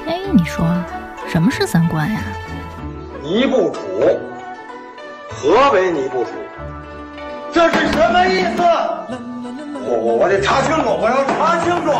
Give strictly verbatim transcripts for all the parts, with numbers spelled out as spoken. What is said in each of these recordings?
哎，你说什么是三观呀？ 尼不楚，何为尼不楚？这是什么意思？我我我得查清楚，我要查清楚。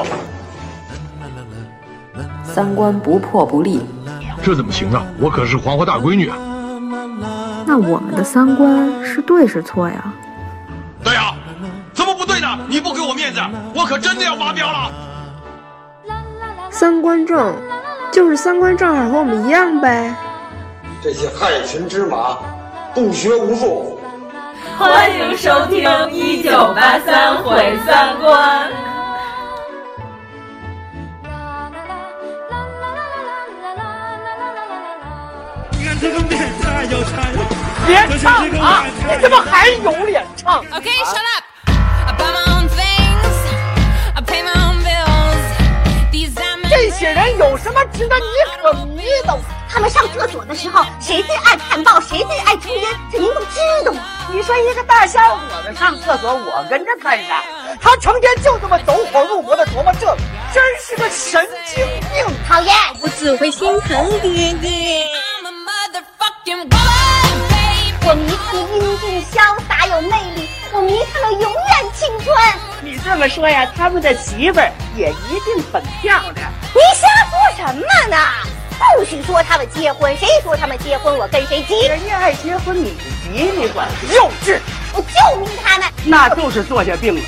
三观不破不立， 这怎么行啊？我可是黄花大闺女啊！ 那我们的三观是对是错呀？ 对呀、啊，怎么不对呢？你不给我面子，我可真的要发飙了。 三观正，就是三观正好和我们一样呗。 这些害群之马，不学无术。 欢迎收听一九八三毁三观。 你看这个脸太有才了， 脸唱啊！你怎么还有脸唱 ？Okay, shut up. I buy my own things. I pay my own bills. These 这些人有什么值得你可迷的？ 他们上厕所的时候，谁最爱看报，谁最爱抽烟，这您都知道吗？ 你说一个大小伙子上厕所，我跟着看啥？他成天就这么走火入魔的琢磨这个，真是个神经病！ 讨厌， 我只会心疼爹爹。 我迷他们英俊潇洒有魅力，我迷他们永远青春。 你这么说呀，他们的媳妇儿也一定很漂亮。 你瞎说什么呢？不许说他们结婚，谁说他们结婚我跟谁急。 人家爱结婚你急，你管幼稚！ 我就迷他们， 那就是坐下病了。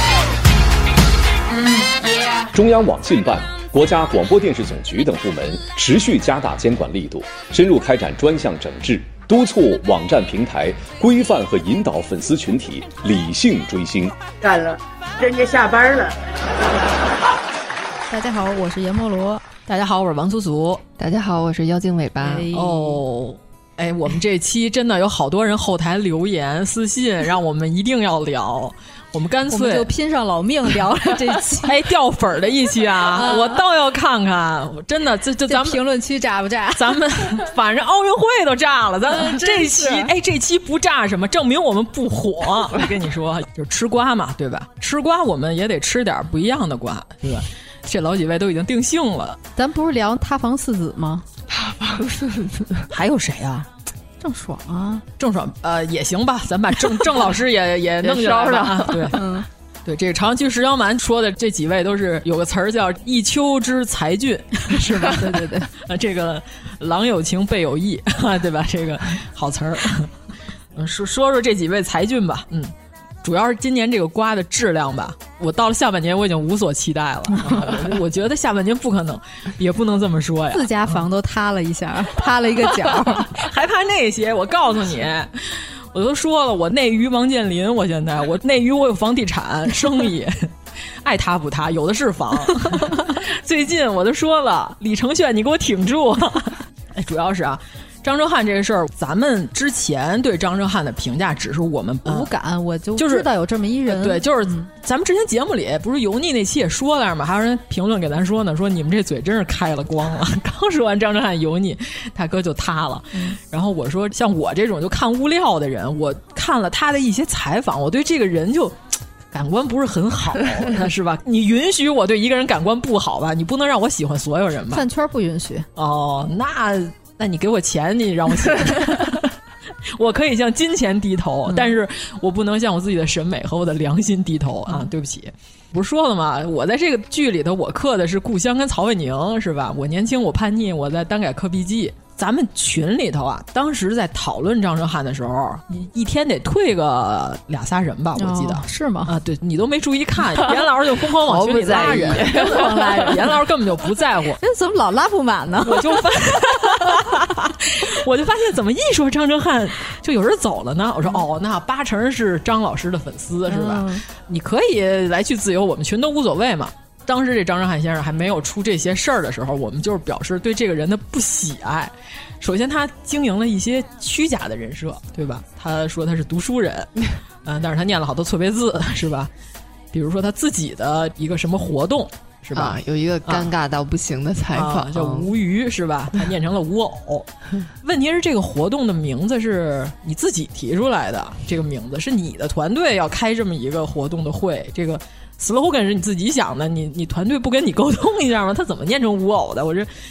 中央网信办、国家广播电视总局等部门持续加大监管力度，深入开展专项整治，督促网站平台规范和引导粉丝群体理性追星。 干了，人家下班了。 大家好，我是阎摩罗。 大家好，我是王祖祖。 大家好，我是妖精尾巴。 哎哦，哎，我们这期真的有好多人后台留言私信，让我们一定要聊。我们干脆我们就拼上老命聊了这期， 哎，掉粉儿的一期啊，我倒要看看。真的，这这咱们评论区炸不炸？ 咱们反正奥运会都炸了，咱们这期哎这期不炸什么？证明我们不火。我跟你说，就是吃瓜嘛，对吧？吃瓜我们也得吃点不一样的瓜，对吧？这老几位都已经定性了。 咱不是聊塌房四子吗？ 塌房四子还有谁啊？ 郑爽啊， 郑爽呃也行吧，咱把郑郑老师也也弄进来吧。对，嗯，对，这个长期石小蛮说的这几位都是有个词儿叫一丘之才俊，是吧？对对对，啊，这个郎有情辈有意，对吧？这个好词儿。嗯，说说说这几位才俊吧，嗯。主要是今年这个瓜的质量吧，我到了下半年我已经无所期待了。我觉得下半年不可能，也不能这么说呀。 自家房都塌了一下，塌了一个角， 还怕那些？我告诉你，我都说了，我内娱王健林，我现在我内娱我有房地产生意，爱塌不塌，有的是房。最近我都说了，李承铉，你给我挺住。哎，主要是啊。张哲瀚这个事儿，咱们之前对张哲瀚的评价只是我们无感，嗯、我就知道有这么一人。 对，就是咱们之前节目里不是油腻那期也说了嘛，还有人评论给咱说呢，说你们这嘴真是开了光了。刚说完张哲瀚油腻，大哥就塌了。嗯、然后我说，像我这种就看物料的人，我看了他的一些采访，我对这个人就。感官不是很好，是吧？你允许我对一个人感官不好吧？你不能让我喜欢所有人吧？ 饭圈不允许。 哦，那那你给我钱，你让我喜欢。我可以向金钱低头，嗯、但是我不能向我自己的审美和我的良心低头啊！嗯、对不起，不是说了吗？我在这个剧里头，我刻的是故乡跟曹卫宁，是吧？我年轻，我叛逆，我在单改刻笔记。咱们群里头啊，当时在讨论张哲瀚的时候，你一天得退个俩仨人吧，我记得、 哦、是吗？ 啊，对你都没注意看，严老师就疯狂往群里拉人，疯狂拉人，严老师根本就不在乎。 那怎么老拉不满呢？ 我就发，我就发现怎么一说张哲瀚就有人走了呢？我说哦，那八成是张老师的粉丝是吧？嗯、你可以来去自由，我们群都无所谓嘛。当时这张哲瀚先生还没有出这些事儿的时候，我们就是表示对这个人的不喜爱。首先他经营了一些虚假的人设，对吧？他说他是读书人，嗯，但是他念了好多错别字，是吧？比如说他自己的一个什么活动，是吧？ 啊、有一个尴尬到不行的采访、 啊啊、叫吴瑜，是吧？他念成了吴偶。问题是这个活动的名字是你自己提出来的，这个名字是你的团队要开这么一个活动的会，这个 slogan 是你自己想的，你你团队不跟你沟通一下吗？他怎么念成吴偶的？我这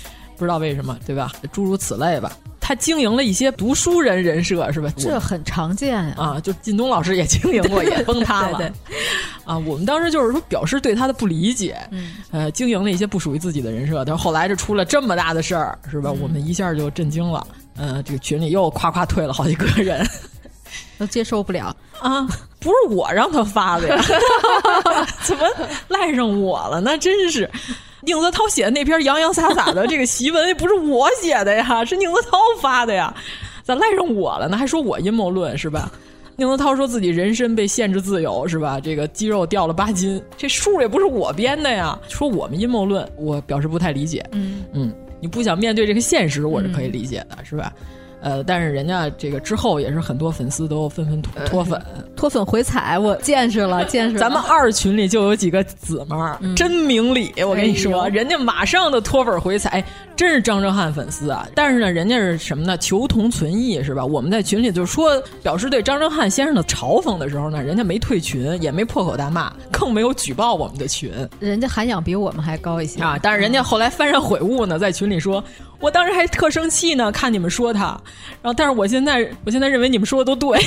不知道为什么，对吧？诸如此类吧。他经营了一些读书人人设，是吧？ 这很常见呀、 啊！就靳东老师也经营过，也崩塌了。对对啊，我们当时就是说表示对他的不理解，嗯、呃，经营了一些不属于自己的人设。但后来这出了这么大的事儿，是吧？嗯、我们一下就震惊了。呃，这个群里又夸夸退了好几个人， 都接受不了啊！不是我让他发的呀，怎么赖上我了呢？真是。宁泽涛写的那篇洋洋洒洒的这个檄文不是我写的呀，是宁泽涛发的呀，咋赖上我了呢？还说我阴谋论是吧？宁泽涛说自己人身被限制自由是吧？这个肌肉掉了八斤，这数也不是我编的呀。说我们阴谋论，我表示不太理解。嗯嗯，你不想面对这个现实，我是可以理解的，嗯、是吧？呃，但是人家这个之后也是很多粉丝都纷纷脱脱粉、 呃、脱粉回踩，我见识了见识了。 咱们二群里就有几个姊妹儿、嗯、真明理，我跟你说、哎、人家马上的脱粉回踩，真是张哲瀚粉丝啊。但是呢人家是什么呢，求同存异是吧？我们在群里就说表示对张哲瀚先生的嘲讽的时候呢，人家没退群，也没破口大骂，更没有举报我们的群， 人家涵养比我们还高一些啊。但是人家后来幡然悔悟呢，在群里说我当时还特生气呢，看你们说他，然后但是我现在我现在认为你们说的都对。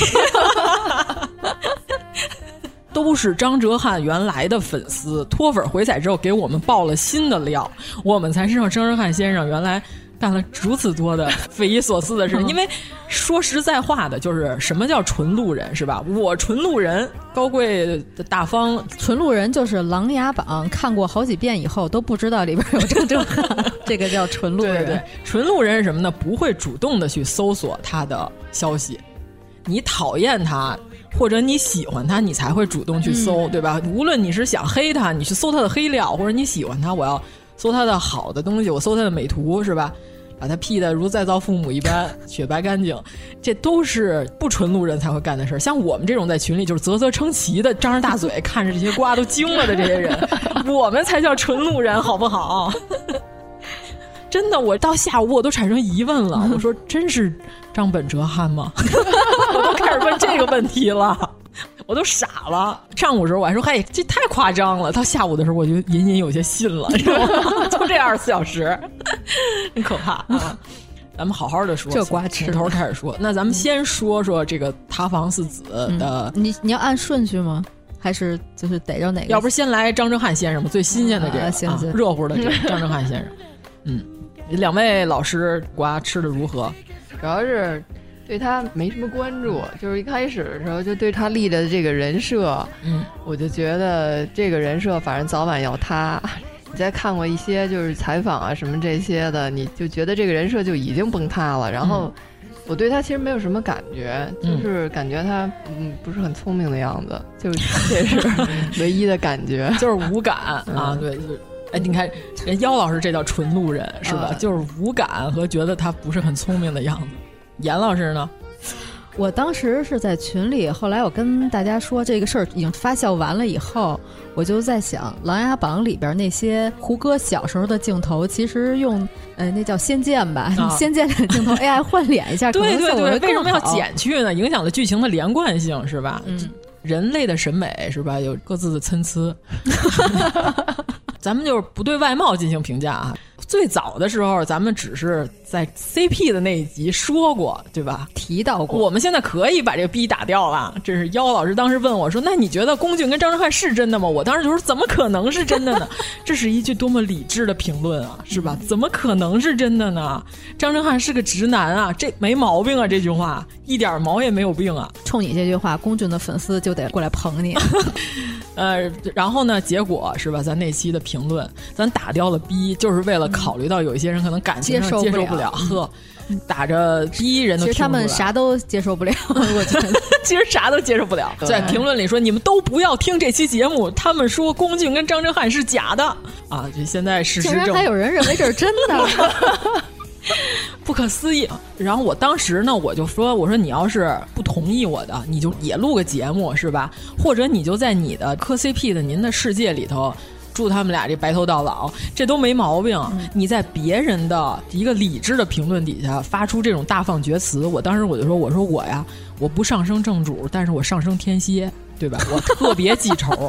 都是张哲瀚原来的粉丝脱粉回踩之后给我们爆了新的料，我们才知道张哲瀚先生原来干了如此多的匪夷所思的事。因为说实在话的，就是什么叫纯路人是吧？我纯路人，高贵的大方， 纯路人就是《琅琊榜》看过好几遍以后都不知道里边有张哲瀚，这个叫纯路人。 对对对，纯路人是什么呢？不会主动的去搜索他的消息，你讨厌他或者你喜欢他，你才会主动去搜、嗯、对吧？无论你是想黑他，你去搜他的黑料，或者你喜欢他，我要搜他的好的东西，我搜他的美图是吧？把他 P 的如再造父母一般雪白干净，这都是不纯路人才会干的事儿。像我们这种在群里就是啧啧称奇的，张着大嘴看着这些瓜都惊了的这些人，我们才叫纯路人，好不好？真的，我到下午我都产生疑问了，我说真是张本哲瀚吗？我都开始问这个问题了，我都傻了。上午的时候我还说嘿这太夸张了，到下午的时候我就隐隐有些信了，知道吗？就这二十四小时很可怕啊。咱们好好的说， 这瓜吃从头开始说。那咱们先说说这个塌房四子的、 嗯、你你要按顺序吗？还是就是逮着哪个？ 要不先来张哲瀚先生吧，最新鲜的这个、 啊、行行、 啊、热乎的这个张哲瀚先生。嗯，两位老师瓜吃的如何？ 主要是对他没什么关注，就是一开始的时候就对他立的这个人设，嗯，我就觉得这个人设反正早晚要塌。你再看过一些就是采访啊什么这些的，你就觉得这个人设就已经崩塌了。然后我对他其实没有什么感觉，就是感觉他嗯不是很聪明的样子，就是这是唯一的感觉， 就是无感啊，对。哎，你看人妖老师这叫纯路人是吧、呃？就是无感和觉得他不是很聪明的样子。严老师呢？ 我当时是在群里，后来我跟大家说这个事儿已经发酵完了以后，我就在想《琅琊榜》里边那些胡歌小时候的镜头，其实用呃那叫仙剑吧，啊、仙剑的镜头 A I 换脸一下， 对对对，为什么要剪去呢？影响了剧情的连贯性是吧？嗯，人类的审美是吧，有各自的参差。咱们就是不对外貌进行评价啊。最早的时候咱们只是在 C P 的那一集说过对吧， 提到过。 我们现在可以把这个逼打掉了。这是妖老师当时问我说，那你觉得龚俊跟张哲瀚是真的吗？我当时就说怎么可能是真的呢？这是一句多么理智的评论啊，是吧？怎么可能是真的呢？张哲瀚是个直男啊，这没毛病啊，这句话一点毛也没有病啊。 冲你这句话龚俊的粉丝就得过来捧你。 呃，然后呢结果是吧，咱那期的评论咱打掉了逼，就是为了考虑到有一些人可能感情上接受不了，呵、嗯，打着逼人都听不出来。 其实他们啥都接受不了，我觉得其实啥都接受不了。在评论里说你们都不要听这期节目，他们说龚俊跟张哲瀚是假的啊！这现在事实证竟然还有人认为这是真的。 不可思议。然后我当时呢我就说，我说你要是不同意我的，你就也录个节目是吧，或者你就在你的磕 C P 的您的世界里头祝他们俩这白头到老，这都没毛病、嗯、你在别人的一个理智的评论底下发出这种大放厥词，我当时我就说，我说我呀我不上升正主，但是我上升天蝎对吧，我特别记仇。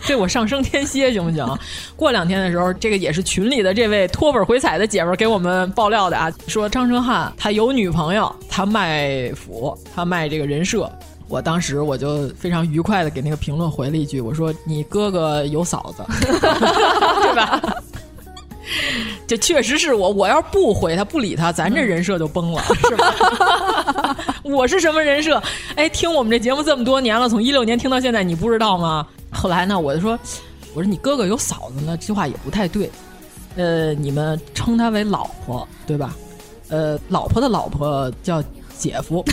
对我上升天蝎行不行？过两天的时候，这个也是群里的这位脱粉回踩的姐们给我们爆料的啊，说张成汉他有女朋友，他卖腐，他卖这个人设。我当时我就非常愉快的给那个评论回了一句，我说你哥哥有嫂子，对吧？这确实是我，我要不回他不理他，咱这人设就崩了，是吧？我是什么人设？哎，听我们这节目这么多年了，从一六年听到现在，你不知道吗？后来呢，我就说，我说你哥哥有嫂子呢，这句话也不太对。呃，你们称他为老婆，对吧？呃，老婆的老婆叫姐夫。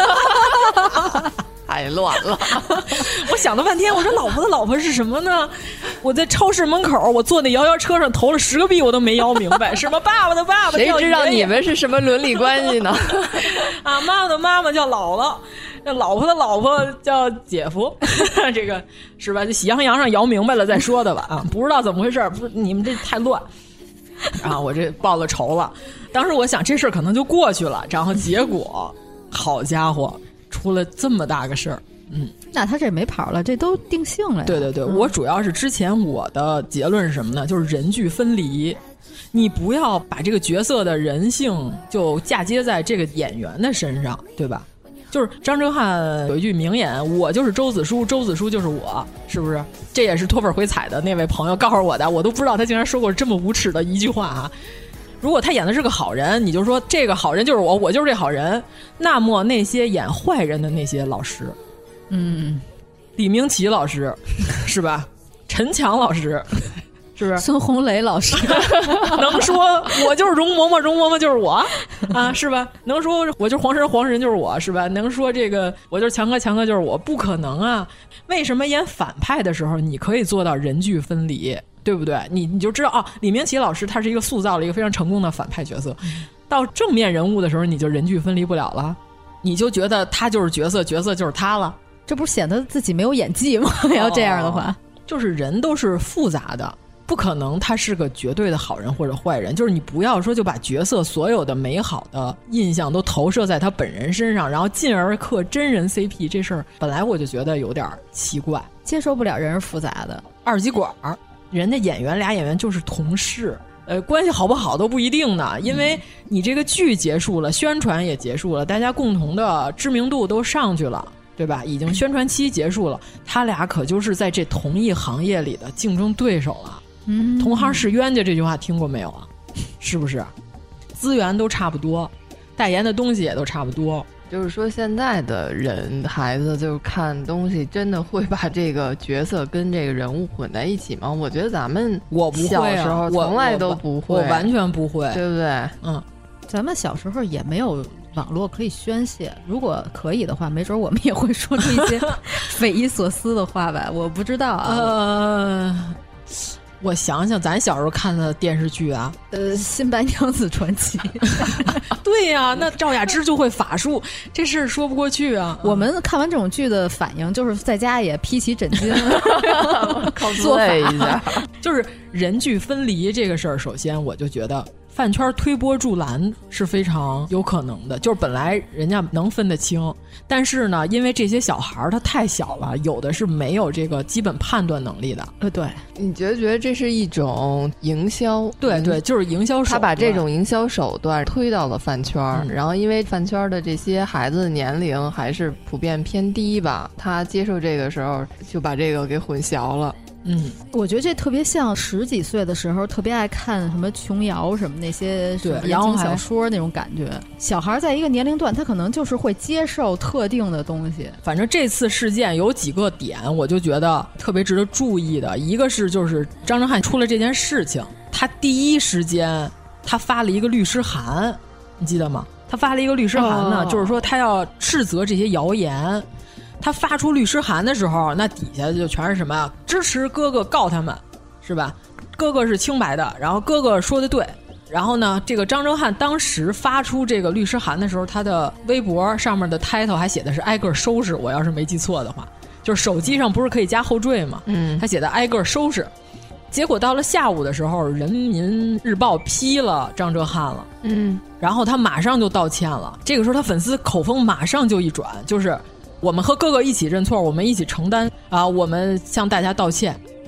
太乱了！ 我想了半天，我说老婆的老婆是什么呢？我在超市门口，我坐那摇摇车上投了十个币，我都没摇明白。什么爸爸的爸爸谁知道你们是什么伦理关系呢？ 啊，妈妈的妈妈叫姥姥，老婆的老婆叫姐夫，这个是吧？就喜羊羊上摇明白了再说的吧。啊，不知道怎么回事，不是你们这太乱。啊，我这报了仇了。当时我想这事儿可能就过去了，然后结果，好家伙！出了这么大个事儿，嗯， 那他这没跑了，这都定性了呀。 对对对，嗯、我主要是之前我的结论是什么呢？就是人剧分离，你不要把这个角色的人性就嫁接在这个演员的身上，对吧？就是张哲瀚有一句名言，我就是周子舒，周子舒就是我，是不是？这也是脱粉回踩的那位朋友告诉我的，我都不知道他竟然说过这么无耻的一句话啊。如果他演的是个好人，你就说这个好人就是我，我就是这好人。那么那些演坏人的那些老师， 嗯， 李明启老师是吧？陈强老师是不是？ 孙红雷老师能说我就是容嬷嬷，容嬷嬷就是我啊，是吧？能说我就是黄神，黄神就是我，是吧？能说这个我就是强哥，强哥就是我，不可能啊！为什么演反派的时候你可以做到人剧分离？对不对？你你就知道啊，李明启老师他是一个塑造了一个非常成功的反派角色，嗯、到正面人物的时候，你就人剧分离不了了，你就觉得他就是角色，角色就是他了， 这不是显得自己没有演技吗？要这样的话， 哦、就是人都是复杂的，不可能他是个绝对的好人或者坏人。就是你不要说就把角色所有的美好的印象都投射在他本人身上，然后进而刻真人 C P 这事儿，本来我就觉得有点奇怪， 接受不了人是复杂的， 二极管儿。人家演员俩演员就是同事，呃，关系好不好都不一定呢，因为你这个剧结束了，宣传也结束了，大家共同的知名度都上去了，对吧？已经宣传期结束了，他俩可就是在这同一行业里的竞争对手了。嗯，同行是冤家这句话听过没有啊？是不是？资源都差不多，代言的东西也都差不多。 就是说，现在的人孩子就是看东西，真的会把这个角色跟这个人物混在一起吗？我觉得咱们我不会、啊， 小时候从来都不会， 我, 我, 我完全不会， 对不对？ 嗯， 咱们小时候也没有网络可以宣泄，如果可以的话，没准我们也会说出一些匪夷所思的话吧。我不知道啊。 呃我想想，咱小时候看的电视剧啊， 呃，《新白娘子传奇》 对呀、啊，那赵雅芝就会法术，这事儿说不过去啊。 我们看完这种剧的反应，就是在家也披起枕巾， 做法一下， 就是人剧分离这个事儿。首先，我就觉得饭圈推波助澜是非常有可能的，就是本来人家能分得清，但是呢，因为这些小孩他太小了，有的是没有这个基本判断能力的。 呃，对， 你觉得觉得这是一种营销？ 对对，就是营销手段。 他把这种营销手段推到了饭圈、嗯，然后因为饭圈的这些孩子的年龄还是普遍偏低吧，他接受这个时候就把这个给混淆了。 嗯， 我觉得这特别像十几岁的时候特别爱看什么琼瑶什么那些对言情小说那种感觉。小孩在一个年龄段，他可能就是会接受特定的东西。 反正这次事件有几个点，我就觉得特别值得注意的。一个是就是张哲瀚出了这件事情，他第一时间他发了一个律师函，你记得吗？他发了一个律师函呢，哦、就是说他要斥责这些谣言。他发出律师函的时候，那底下就全是什么支持哥哥告他们，是吧？哥哥是清白的，然后哥哥说的对。然后呢，这个张哲瀚当时发出这个律师函的时候，他的微博上面的 title 还写的是挨个收拾，我要是没记错的话，就是手机上不是可以加后缀吗？嗯，他写的挨个收拾。结果到了下午的时候，人民日报批了张哲瀚了， 嗯， 然后他马上就道歉了。这个时候他粉丝口风马上就一转，就是我们和哥哥一起认错，我们一起承担啊！我们向大家道歉。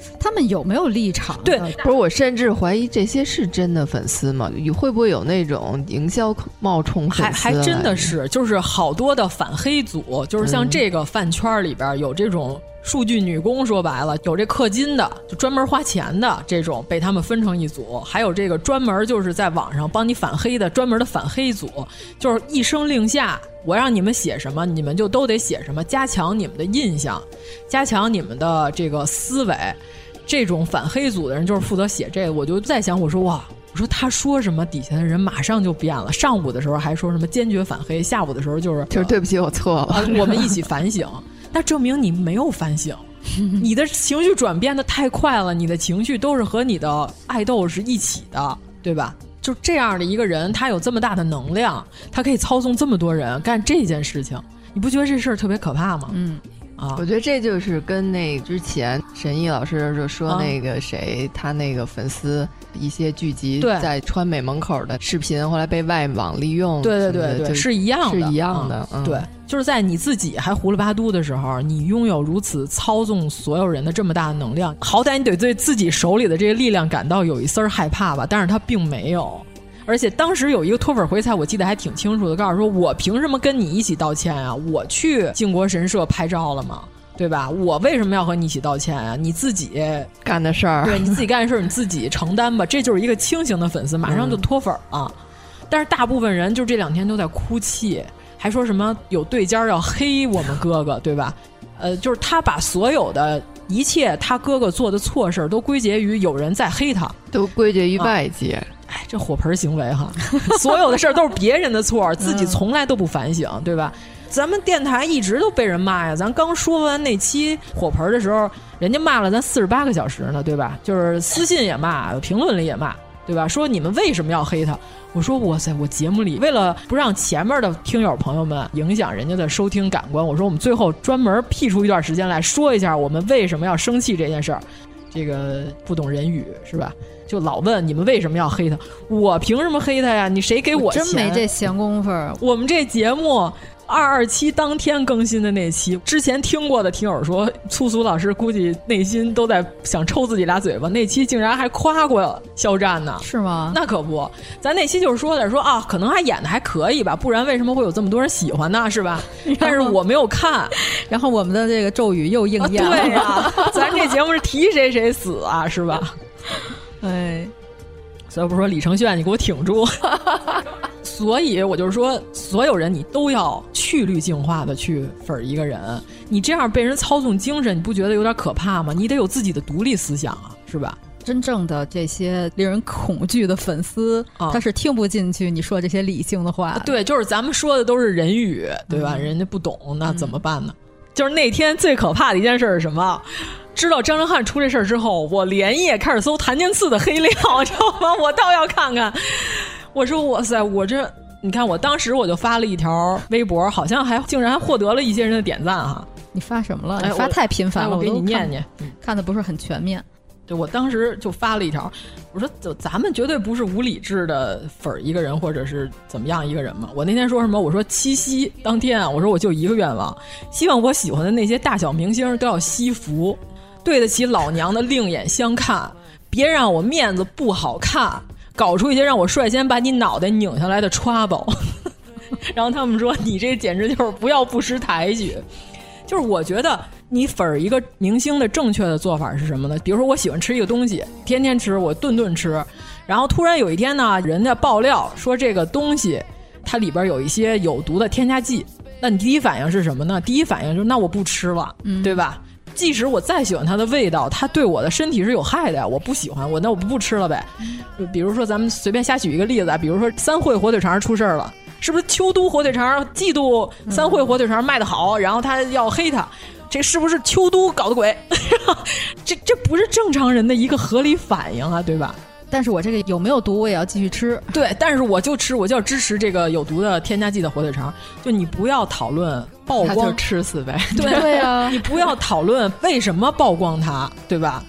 他们有没有立场？ 对， 不是，我甚至怀疑这些是真的粉丝吗？会不会有那种营销冒充粉丝？ 还还真的是，就是好多的反黑组，就是像这个饭圈里边有这种数据女工，说白了有这氪金的，就专门花钱的这种，被他们分成一组；还有这个专门就是在网上帮你反黑的专门的反黑组，就是一声令下，我让你们写什么，你们就都得写什么，加强你们的印象，加强你们的这个思维。这种反黑组的人就是负责写这个，我就在想，我说哇，我说他说什么，底下的人马上就变了。上午的时候还说什么坚决反黑，下午的时候就是就是对不起，我错了， 呃、我们一起反省。那证明你没有反省，你的情绪转变的太快了，你的情绪都是和你的爱豆是一起的，对吧？就这样的一个人，他有这么大的能量，他可以操纵这么多人干这件事情，你不觉得这事儿特别可怕吗？ 嗯。 啊，我觉得这就是跟那之前沈毅老师就说那个谁、啊、他那个粉丝一些剧集在川美门口的视频后来被外网利用， 对对对对，是一样的， 是一样的、嗯、 对，就是在你自己还胡里八嘟的时候，你拥有如此操纵所有人的这么大的能量，好歹你得对自己手里的这个力量感到有一丝害怕吧，但是他并没有。而且当时有一个脱粉回踩，我记得还挺清楚的，告诉说我凭什么跟你一起道歉啊？我去靖国神社拍照了吗？对吧？我为什么要和你一起道歉啊？你自己干的事儿， 对你自己干的事儿你自己承担吧。这就是一个清醒的粉丝，马上就脱粉了。嗯、但是大部分人就这两天都在哭泣，还说什么有对家要黑我们哥哥，对吧？呃，就是他把所有的一切他哥哥做的错事都归结于有人在黑他， 都归结于外界。 嗯哎，这火盆行为哈，所有的事儿都是别人的错，自己从来都不反省，对吧？咱们电台一直都被人骂呀，咱刚说完那期火盆的时候，人家骂了咱四十八个小时呢，对吧？就是私信也骂，评论里也骂，对吧？说你们为什么要黑他？我说哇塞，我节目里为了不让前面的听友朋友们影响人家的收听感官，我说我们最后专门辟出一段时间来说一下我们为什么要生气这件事儿。这个不懂人语是吧？就老问你们为什么要黑他？我凭什么黑他呀？你谁给我钱？ 真没这闲工夫。 我们这节目二二七当天更新的那期，之前听过的听友说，粗俗老师估计内心都在想抽自己俩嘴巴。那期竟然还夸过肖战呢， 是吗？ 那可不，咱那期就是说的说啊，可能还演的还可以吧，不然为什么会有这么多人喜欢呢？是吧？但是我没有看， 然后我们的这个咒语又应验了。 啊对呀、啊，咱这节目是提谁谁死啊，是吧？ 哎， 所以不说李承铉，你给我挺住。所以我就是说，所有人你都要去滤镜化的去粉一个人，你这样被人操纵精神，你不觉得有点可怕吗？你得有自己的独立思想啊，是吧？ 真正的这些令人恐惧的粉丝、啊、他是听不进去你说这些理性的话的、 啊、对，就是咱们说的都是人语，对吧、嗯、人家不懂，那怎么办呢、嗯、就是那天最可怕的一件事是什么？知道张哲瀚出这事儿之后，我连夜开始搜谭健次的黑料，知道吗？我倒要看看。我说哇塞，我这你看，我当时我就发了一条微博，好像还竟然获得了一些人的点赞哈。 你发什么了？你发太频繁了， 哎、我给你念念， 看, 看的不是很全面。 对，我当时就发了一条，我说咱们绝对不是无理智的粉一个人或者是怎么样一个人嘛。我那天说什么？我说七夕当天啊，我说我就一个愿望，希望我喜欢的那些大小明星都要惜福，对得起老娘的另眼相看，别让我面子不好看，搞出一些让我率先把你脑袋拧下来的 trouble。然后他们说你这简直就是不要不识抬举。就是我觉得你粉一个明星的正确的做法是什么呢？比如说我喜欢吃一个东西，天天吃，我顿顿吃，然后突然有一天呢，人家爆料说这个东西它里边有一些有毒的添加剂，那你第一反应是什么呢？第一反应就是那我不吃了、嗯、对吧？即使我再喜欢它的味道，它对我的身体是有害的呀，我不喜欢，我那我不吃了呗。比如说咱们随便瞎举一个例子啊，比如说三汇火腿肠出事了，是不是秋都火腿肠嫉妒三汇火腿肠卖得好、嗯、然后他要黑他，这是不是秋都搞的鬼？这这不是正常人的一个合理反应啊，对吧？ 但是我这个有没有毒我也要继续吃。 对，但是我就吃，我就要支持这个有毒的添加剂的火腿肠。就你不要讨论曝光， 就吃死呗。 对对啊，你不要讨论为什么曝光它，对吧？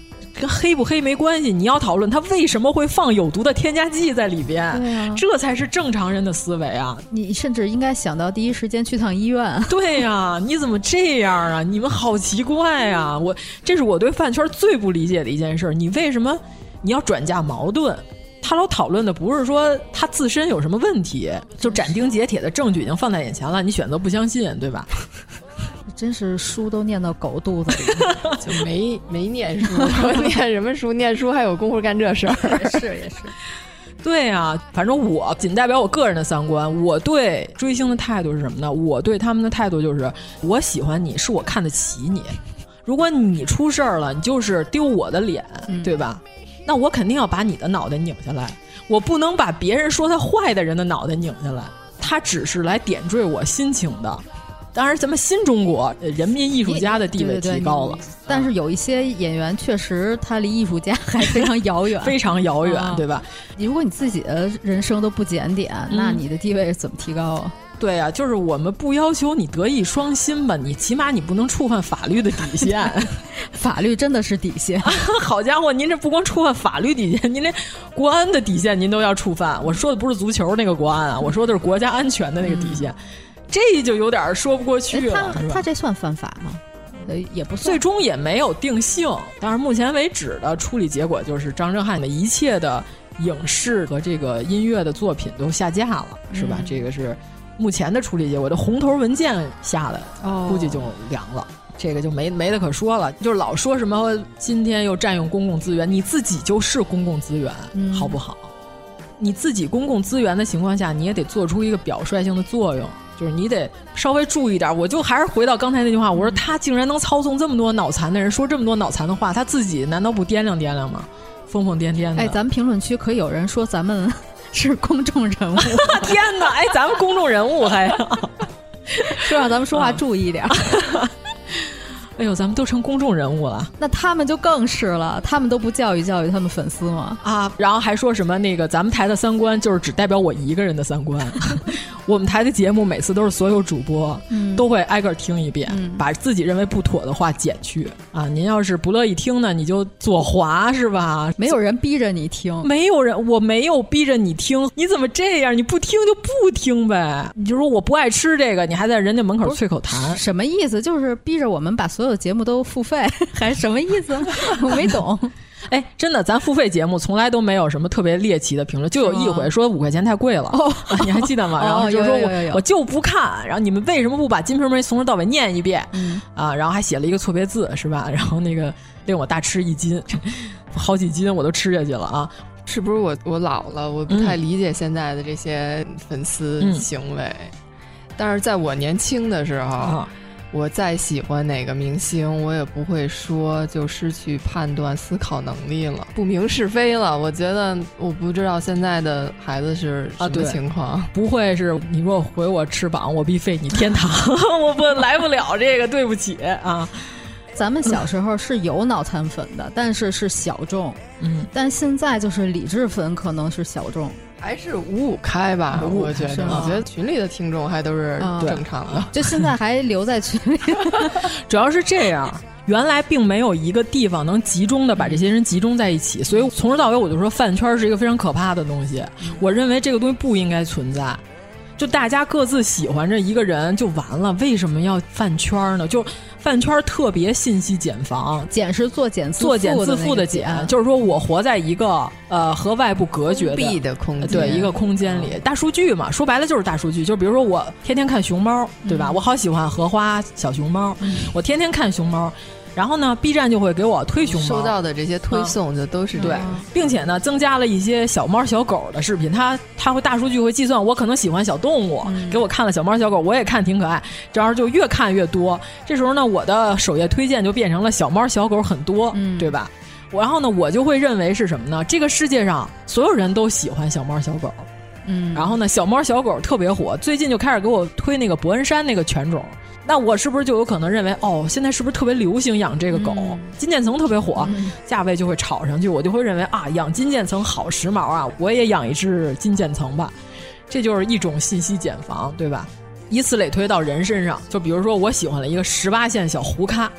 跟黑不黑没关系，你要讨论它为什么会放有毒的添加剂在里边， 对啊， 这才是正常人的思维啊！ 你甚至应该想到第一时间去趟医院。 对呀、啊，你怎么这样啊？你们好奇怪啊！我这是我对饭圈最不理解的一件事，你为什么你要转嫁矛盾？他老讨论的不是说他自身有什么问题，就斩钉截铁的证据已经放在眼前了，你选择不相信，对吧？ 真是书都念到狗肚子里， 就没没念书，念什么书？念书还有功夫干这事儿？ 也是也是。 对啊，反正我仅代表我个人的三观。我对追星的态度是什么呢？我对他们的态度就是，我喜欢你是我看得起你，如果你出事儿了，你就是丢我的脸，嗯、对吧？那我肯定要把你的脑袋拧下来，我不能把别人说他坏的人的脑袋拧下来，他只是来点缀我心情的。当然咱们新中国人民艺术家的地位提高了， 对对对，但是有一些演员确实他离艺术家还非常遥远非常遥远、啊、对吧？ 如果你自己的人生都不检点、嗯、那你的地位怎么提高啊？ 对啊，就是我们不要求你德艺双馨吧，你起码你不能触犯法律的底线法律真的是底线好家伙，您这不光触犯法律底线，您连国安的底线您都要触犯。我说的不是足球那个国安啊，我说的是国家安全的那个底线、嗯，这就有点说不过去了。 他他这算犯法吗？呃，也不算， 最终也没有定性。但是目前为止的处理结果就是张震撼的一切的影视和这个音乐的作品都下架了，是吧？嗯、这个是目前的处理结果。这红头文件下的，哦、估计就凉了。这个就没没得可说了。就是老说什么今天又占用公共资源，你自己就是公共资源，嗯、好不好？你自己公共资源的情况下，你也得做出一个表率性的作用。就是你得稍微注意点，我就还是回到刚才那句话，我说他竟然能操纵这么多脑残的人说这么多脑残的话，他自己难道不掂量掂量吗？疯疯癫癫的。 哎，咱们评论区可有人说咱们是公众人物天哪，哎，咱们公众人物还说让咱们说话注意点哎呦，咱们都成公众人物了， 那他们就更是了，他们都不教育教育他们粉丝吗？ 啊，然后还说什么那个咱们台的三观就是只代表我一个人的三观我们台的节目每次都是所有主播、嗯、都会挨个听一遍、嗯、把自己认为不妥的话剪去啊。您要是不乐意听呢，你就左滑是吧？ 没有人逼着你听， 没有人，我没有逼着你听，你怎么这样？你不听就不听呗。你就说我不爱吃这个，你还在人家门口啐口痰， 什么意思？就是逼着我们把所有节目都付费，还什么意思？我没懂。 哎，真的，咱付费节目从来都没有什么特别猎奇的评论，就有一回说五块钱太贵了，哦啊、你还记得吗？哦、然后就说我、哦、有有有有我就不看，然后你们为什么不把《金瓶梅》从头到尾念一遍？嗯啊，然后还写了一个错别字，是吧？然后那个令我大吃一惊，好几斤我都吃下去了啊！ 是不是我我老了，我不太理解现在的这些粉丝行为？嗯、但是在我年轻的时候。啊我再喜欢哪个明星，我也不会说就失去判断思考能力了，不明是非了。我觉得我不知道现在的孩子是什么情况、啊、 不会是你若回我翅膀我必废你天堂我不来不了这个，对不起啊。 咱们小时候是有脑残粉的、嗯、但是是小众，嗯，但现在就是理智粉可能是小众， 还是五五开吧，我觉得，我觉得群里的听众还都是正常的， 就现在还留在群里。 主要是这样，原来并没有一个地方能集中的把这些人集中在一起，所以从头到尾我就说饭圈是一个非常可怕的东西。我认为这个东西不应该存在。就大家各自喜欢着一个人就完了，为什么要饭圈呢？就饭圈特别信息茧房， 茧是做茧做茧自缚的茧，就是说我活在一个呃和外部隔绝的闭的空间， 对，一个空间里，大数据嘛，说白了就是大数据。就比如说我天天看熊猫，对吧？嗯、我好喜欢荷花小熊猫，嗯、我天天看熊猫。然后呢 B 站就会给我推熊猫， 收到的这些推送就都是对、嗯，并且呢增加了一些小猫小狗的视频，它它会大数据会计算我可能喜欢小动物、嗯、给我看了小猫小狗，我也看挺可爱，这样就越看越多。这时候呢我的首页推荐就变成了小猫小狗很多、嗯、对吧？然后呢我就会认为是什么呢？这个世界上所有人都喜欢小猫小狗，嗯，然后呢小猫小狗特别火，最近就开始给我推那个伯恩山那个犬种，那我是不是就有可能认为哦，现在是不是特别流行养这个狗、嗯、金渐层特别火、嗯、价位就会炒上去，我就会认为啊，养金渐层好时髦啊，我也养一只金渐层吧。这就是一种信息茧房，对吧？以此类推到人身上，就比如说我喜欢了一个十八线小胡咖，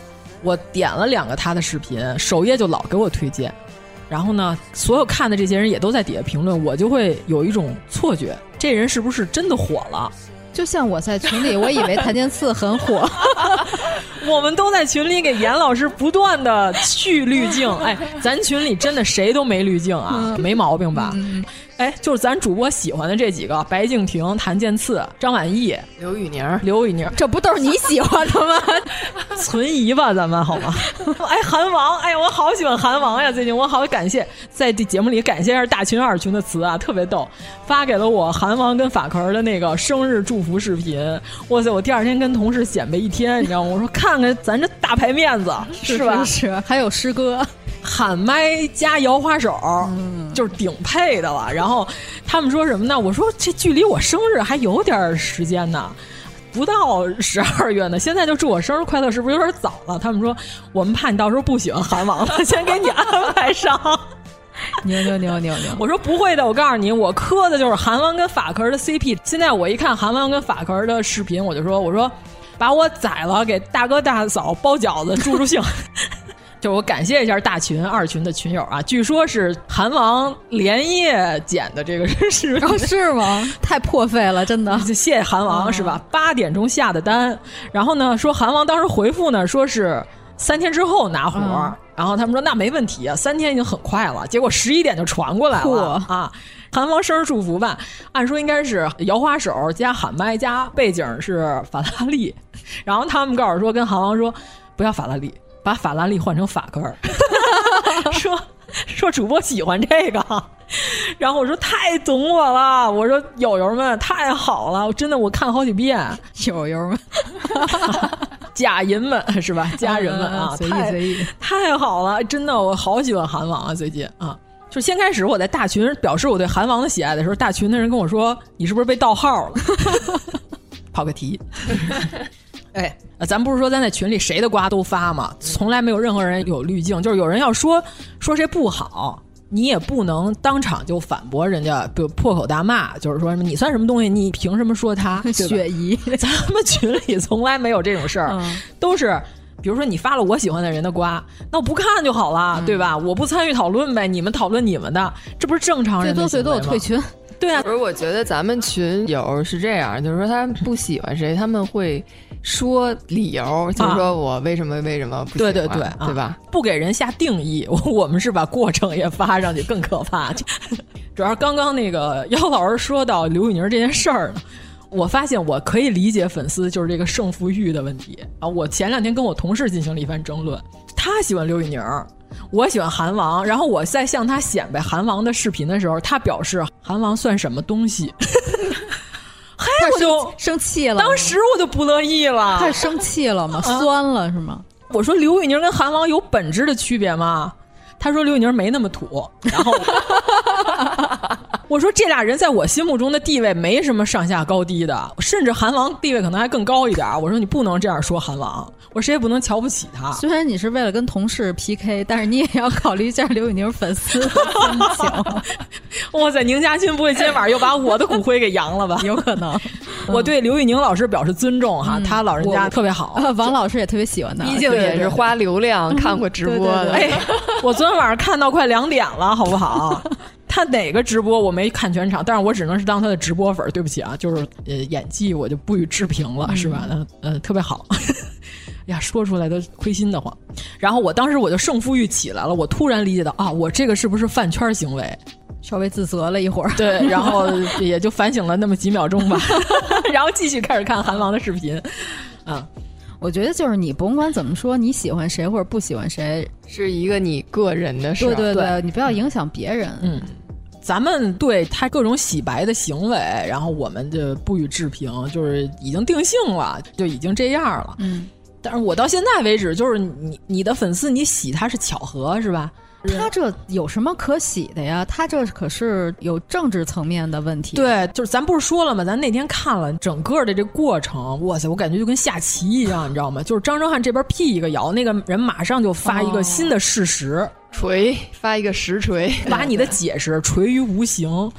我点了两个他的视频，首页就老给我推荐。然后呢，所有看的这些人也都在底下评论，我就会有一种错觉，这人是不是真的火了？ 就像我在群里，我以为谭健次很火， 我们都在群里给严老师不断的去滤镜。哎，咱群里真的谁都没滤镜啊，嗯、没毛病吧？嗯、哎，就是咱主播喜欢的这几个：白敬亭、谭健次、张晚意、 刘宇宁、 刘宇宁， 这不都是你喜欢的吗？ 存疑吧，咱们好吗？哎，韩王，哎呀，我好喜欢韩王呀！最近我好感谢，在这节目里感谢一下大群二群的词啊，特别逗，发给了我韩王跟法壳的那个生日祝福视频。哇塞，我第二天跟同事显摆一天，你知道吗？我说看看咱这大牌面子， 是吧？ 是是，还有诗歌。 喊麦加摇花手、嗯、就是顶配的了。然后他们说什么呢？我说这距离我生日还有点时间呢，不到十二月呢，现在就祝我生日快乐是不是有点早了？他们说我们怕你到时候不喜欢韩王了，先给你安排上。 牛牛牛牛牛！ 我说不会的，我告诉你，我磕的就是韩王跟法壳的 C P。现在我一看韩王跟法壳的视频，我就说我说把我宰了，给大哥大嫂包饺子助助兴。就是我感谢一下大群二群的群友啊，据说是韩王连夜剪的这个视频、 哦、是吗？太破费了，真的。 谢谢韩王、哦、是吧？八点钟下的单，然后呢说韩王当时回复呢说是三天之后拿活、嗯，然后他们说那没问题啊，三天已经很快了，结果十一点就传过来了啊。韩王生日祝福吧，按说应该是摇花手加喊麦加背景是法拉利，然后他们告诉说跟韩王说不要法拉利。把法拉利换成法格尔，说说主播喜欢这个，然后我说太懂我了，我说友友们太好了，真的我看好几遍， 友友们， 假人们是吧？家人们啊， 随意随意， 太好了，真的我好喜欢韩王啊，最近啊。就先开始我在大群表示我对韩王的喜爱的时候，大群的人跟我说你是不是被盗号了？跑个题。哎，咱不是说咱在群里谁的瓜都发吗？从来没有任何人有滤镜，就是有人要说说谁不好，你也不能当场就反驳人家，比如破口大骂，就是说你算什么东西，你凭什么说他？ 雪姨， 咱们群里从来没有这种事儿、嗯，都是比如说你发了我喜欢的人的瓜，那我不看就好了，嗯、对吧？我不参与讨论呗，你们讨论你们的，这不是正常人的最多最多我退群。 对啊， 不是，我觉得咱们群友是这样，就是说他不喜欢谁，他们会说理由，就是说我为什么为什么不喜欢， 对对对， 对吧？ 不给人下定义，我们是把过程也发上去，更可怕。主要是刚刚那个姚老师说到刘宇宁这件事儿呢，我发现我可以理解粉丝就是这个胜负欲的问题啊。我前两天跟我同事进行了一番争论，他喜欢刘宇宁，我喜欢韩王，然后我在向他显摆韩王的视频的时候，他表示韩王算什么东西。嘿，我就生气了， 当时我就不乐意了。 他生气了吗？啊、酸了是吗？ 我说刘宇宁跟韩王有本质的区别吗？他说刘宇宁没那么土，然后我说这俩人在我心目中的地位没什么上下高低的，甚至韩王地位可能还更高一点。我说你不能这样说韩王，我谁也不能瞧不起他。 虽然你是为了跟同事 P K， 但是你也要考虑一下刘宇宁粉丝的心情。 哇塞，宁家军不会今天晚上又把我的骨灰给扬了吧？ 有可能。 我对刘宇宁老师表示尊重哈，嗯、他老人家特别好、 呃，王老师也特别喜欢他， 毕竟也是花流量看过直播的。 哎，我昨天晚上看到快两点了，好不好？他哪个直播我没看全场，但是我只能是当他的直播粉，对不起啊，就是呃演技我就不予置评了，嗯、是吧？呃呃，特别好。呀，说出来都亏心的慌。然后我当时我就胜负欲起来了，我突然理解到啊，我这个是不是饭圈行为？ 稍微自责了一会儿， 对，然后也就反省了那么几秒钟吧，然后继续开始看韩王的视频。啊， 我觉得就是你甭管怎么说，你喜欢谁或者不喜欢谁， 是一个你个人的事。 对对对，你不要影响别人。 嗯，咱们对他各种洗白的行为，然后我们就不予置评，就是已经定性了，就已经这样了。 嗯， 但是我到现在为止，就是你你的粉丝，你洗他是巧合是吧？ 他这有什么可喜的呀？他这可是有政治层面的问题。 对，就是咱不是说了吗？咱那天看了整个的这过程，哇塞，我感觉就跟下棋一样，你知道吗？就是张哲瀚这边辟一个谣，那个人马上就发一个新的事实， 锤、哦、发一个实锤， 把你的解释锤于无形。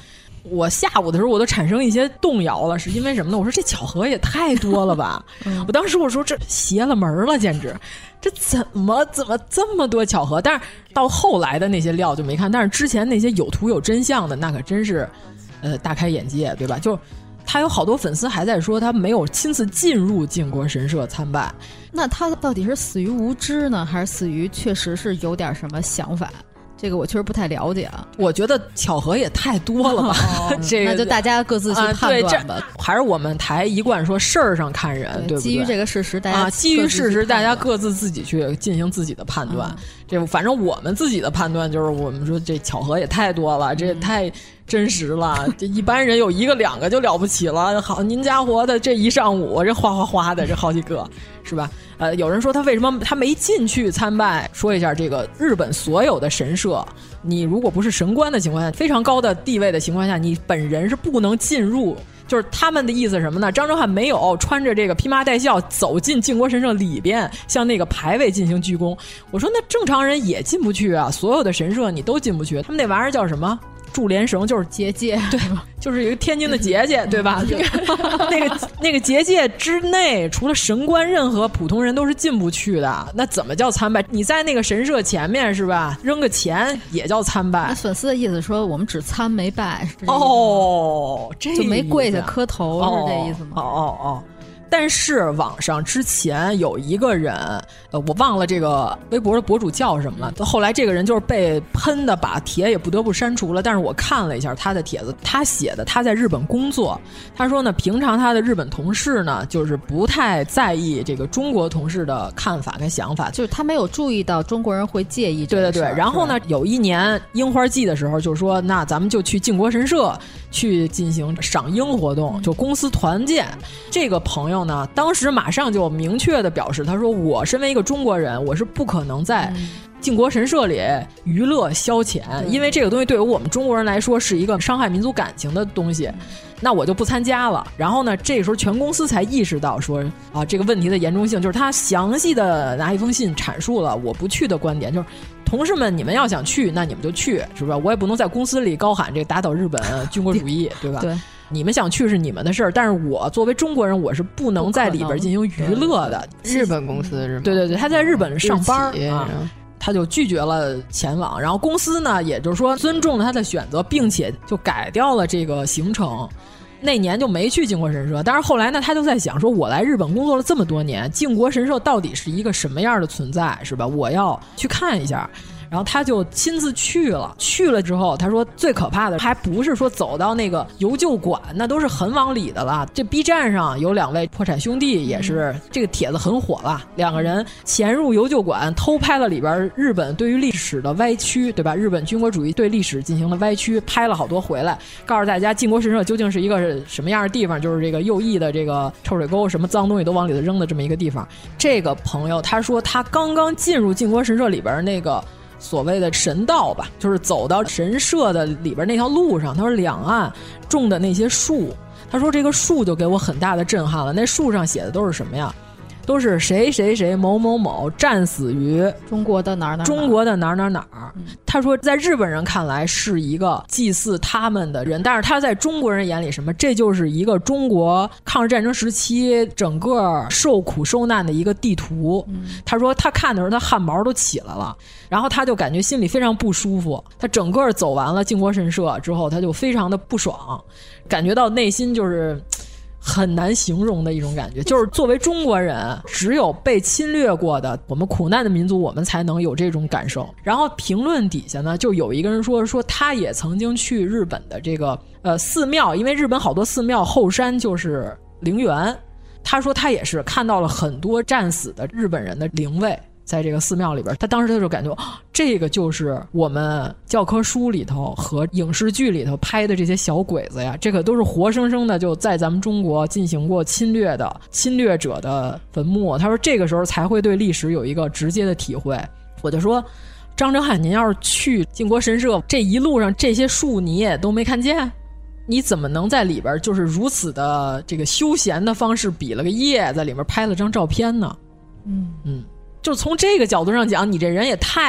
我下午的时候我都产生一些动摇了，是因为什么呢？我说这巧合也太多了吧！嗯、我当时我说这邪了门了，简直，这怎么怎么这么多巧合？但是到后来的那些料就没看，但是之前那些有图有真相的，那可真是，呃，大开眼界，对吧？就他有好多粉丝还在说他没有亲自进入靖国神社参拜， 那他到底是死于无知呢，还是死于确实是有点什么想法？这个我确实不太了解啊， 我觉得巧合也太多了吧， 哦、 这个那就大家各自去判断吧。 啊、还是我们台一贯说事儿上看人， 对, 对不对？ 基于这个事实，大家啊，基于事实，大家各自自己去进行自己的判断。嗯、这反正我们自己的判断就是，我们说这巧合也太多了，这也太真实了。这一般人有一个两个就了不起了，好，您家伙的这一上午，这哗哗哗的这好几个，是吧？呃，有人说他为什么他没进去参拜？说一下这个日本所有的神社，你如果不是神官的情况下，非常高的地位的情况下，你本人是不能进入。就是他们的意思是什么呢？张正汉没有穿着这个披麻戴孝走进靖国神社里边，向那个牌位进行鞠躬。我说那正常人也进不去啊，所有的神社你都进不去。他们那玩意儿叫什么？柱连绳，就是结界，对吧？就是一个天津的结界，对吧？那个那个结界之内，除了神官，任何普通人都是进不去的。那怎么叫参拜？你在那个神社前面是吧？扔个钱也叫参拜。 那粉丝的意思说我们只参没拜，是这哦，这就没跪下磕头，是这意思吗？ 哦哦哦。但是网上之前有一个人，呃，我忘了这个微博的博主叫什么了。后来这个人就是被喷的，把帖也不得不删除了。但是我看了一下他的帖子，他写的他在日本工作，他说呢，平常他的日本同事呢，就是不太在意这个中国同事的看法跟想法， 就是他没有注意到中国人会介意这个事。对对对。然后呢，有一年樱花季的时候，就是说，那咱们就去靖国神社去进行赏樱活动，就公司团建。这个朋友呢，当时马上就明确的表示，他说我身为一个中国人，我是不可能在靖国神社里娱乐消遣，嗯、因为这个东西对于我们中国人来说是一个伤害民族感情的东西，嗯、那我就不参加了。然后呢，这个时候全公司才意识到说啊，这个问题的严重性，就是他详细的拿一封信阐述了我不去的观点，就是同事们，你们要想去，那你们就去，是吧？我也不能在公司里高喊这个打倒日本军国主义，对吧？ 对。 你们想去是你们的事儿，但是我作为中国人，我是不能在里边进行娱乐的。 日本公司是吗？ 对对对，他在日本上班啊，他就拒绝了前往。然后公司呢，也就是说尊重了他的选择，并且就改掉了这个行程。那年就没去靖国神社，但是后来呢，他就在想说，我来日本工作了这么多年，靖国神社到底是一个什么样的存在，是吧？我要去看一下。然后他就亲自去了，去了之后，他说最可怕的还不是说走到那个游旧馆，那都是很往里的了。这 B 站上有两位破产兄弟，也是、嗯、这个帖子很火了，两个人潜入游旧馆，偷拍了里边日本对于历史的歪曲，对吧？日本军国主义对历史进行的歪曲，拍了好多回来，告诉大家靖国神社究竟是一个什么样的地方，就是这个右翼的这个臭水沟，什么脏东西都往里头扔的这么一个地方。这个朋友他说他刚刚进入靖国神社里边那个所谓的神道吧，就是走到神社的里边那条路上，他说两岸种的那些树，他说这个树就给我很大的震撼了。那树上写的都是什么呀？都是谁谁谁某某某战死于中国的哪儿哪儿中国的哪儿哪儿哪儿。嗯、他说在日本人看来是一个祭祀他们的人，但是他在中国人眼里什么？这就是一个中国抗日战争时期整个受苦受难的一个地图。嗯、他说他看的时候他汗毛都起来了，然后他就感觉心里非常不舒服。他整个走完了靖国神社之后，他就非常的不爽，感觉到内心就是很难形容的一种感觉，就是作为中国人，只有被侵略过的我们苦难的民族，我们才能有这种感受。然后评论底下呢，就有一个人说说他也曾经去日本的这个呃寺庙，因为日本好多寺庙后山就是陵园，他说他也是看到了很多战死的日本人的灵位在这个寺庙里边，他当时他就感觉、哦、这个就是我们教科书里头和影视剧里头拍的这些小鬼子呀，这个都是活生生的就在咱们中国进行过侵略的侵略者的坟墓。他说这个时候才会对历史有一个直接的体会。我就说张正汉，您要是去靖国神社，这一路上这些树你也都没看见，你怎么能在里边就是如此的这个休闲的方式比了个耶，在里面拍了张照片呢？嗯嗯。就从这个角度上讲，你这人也太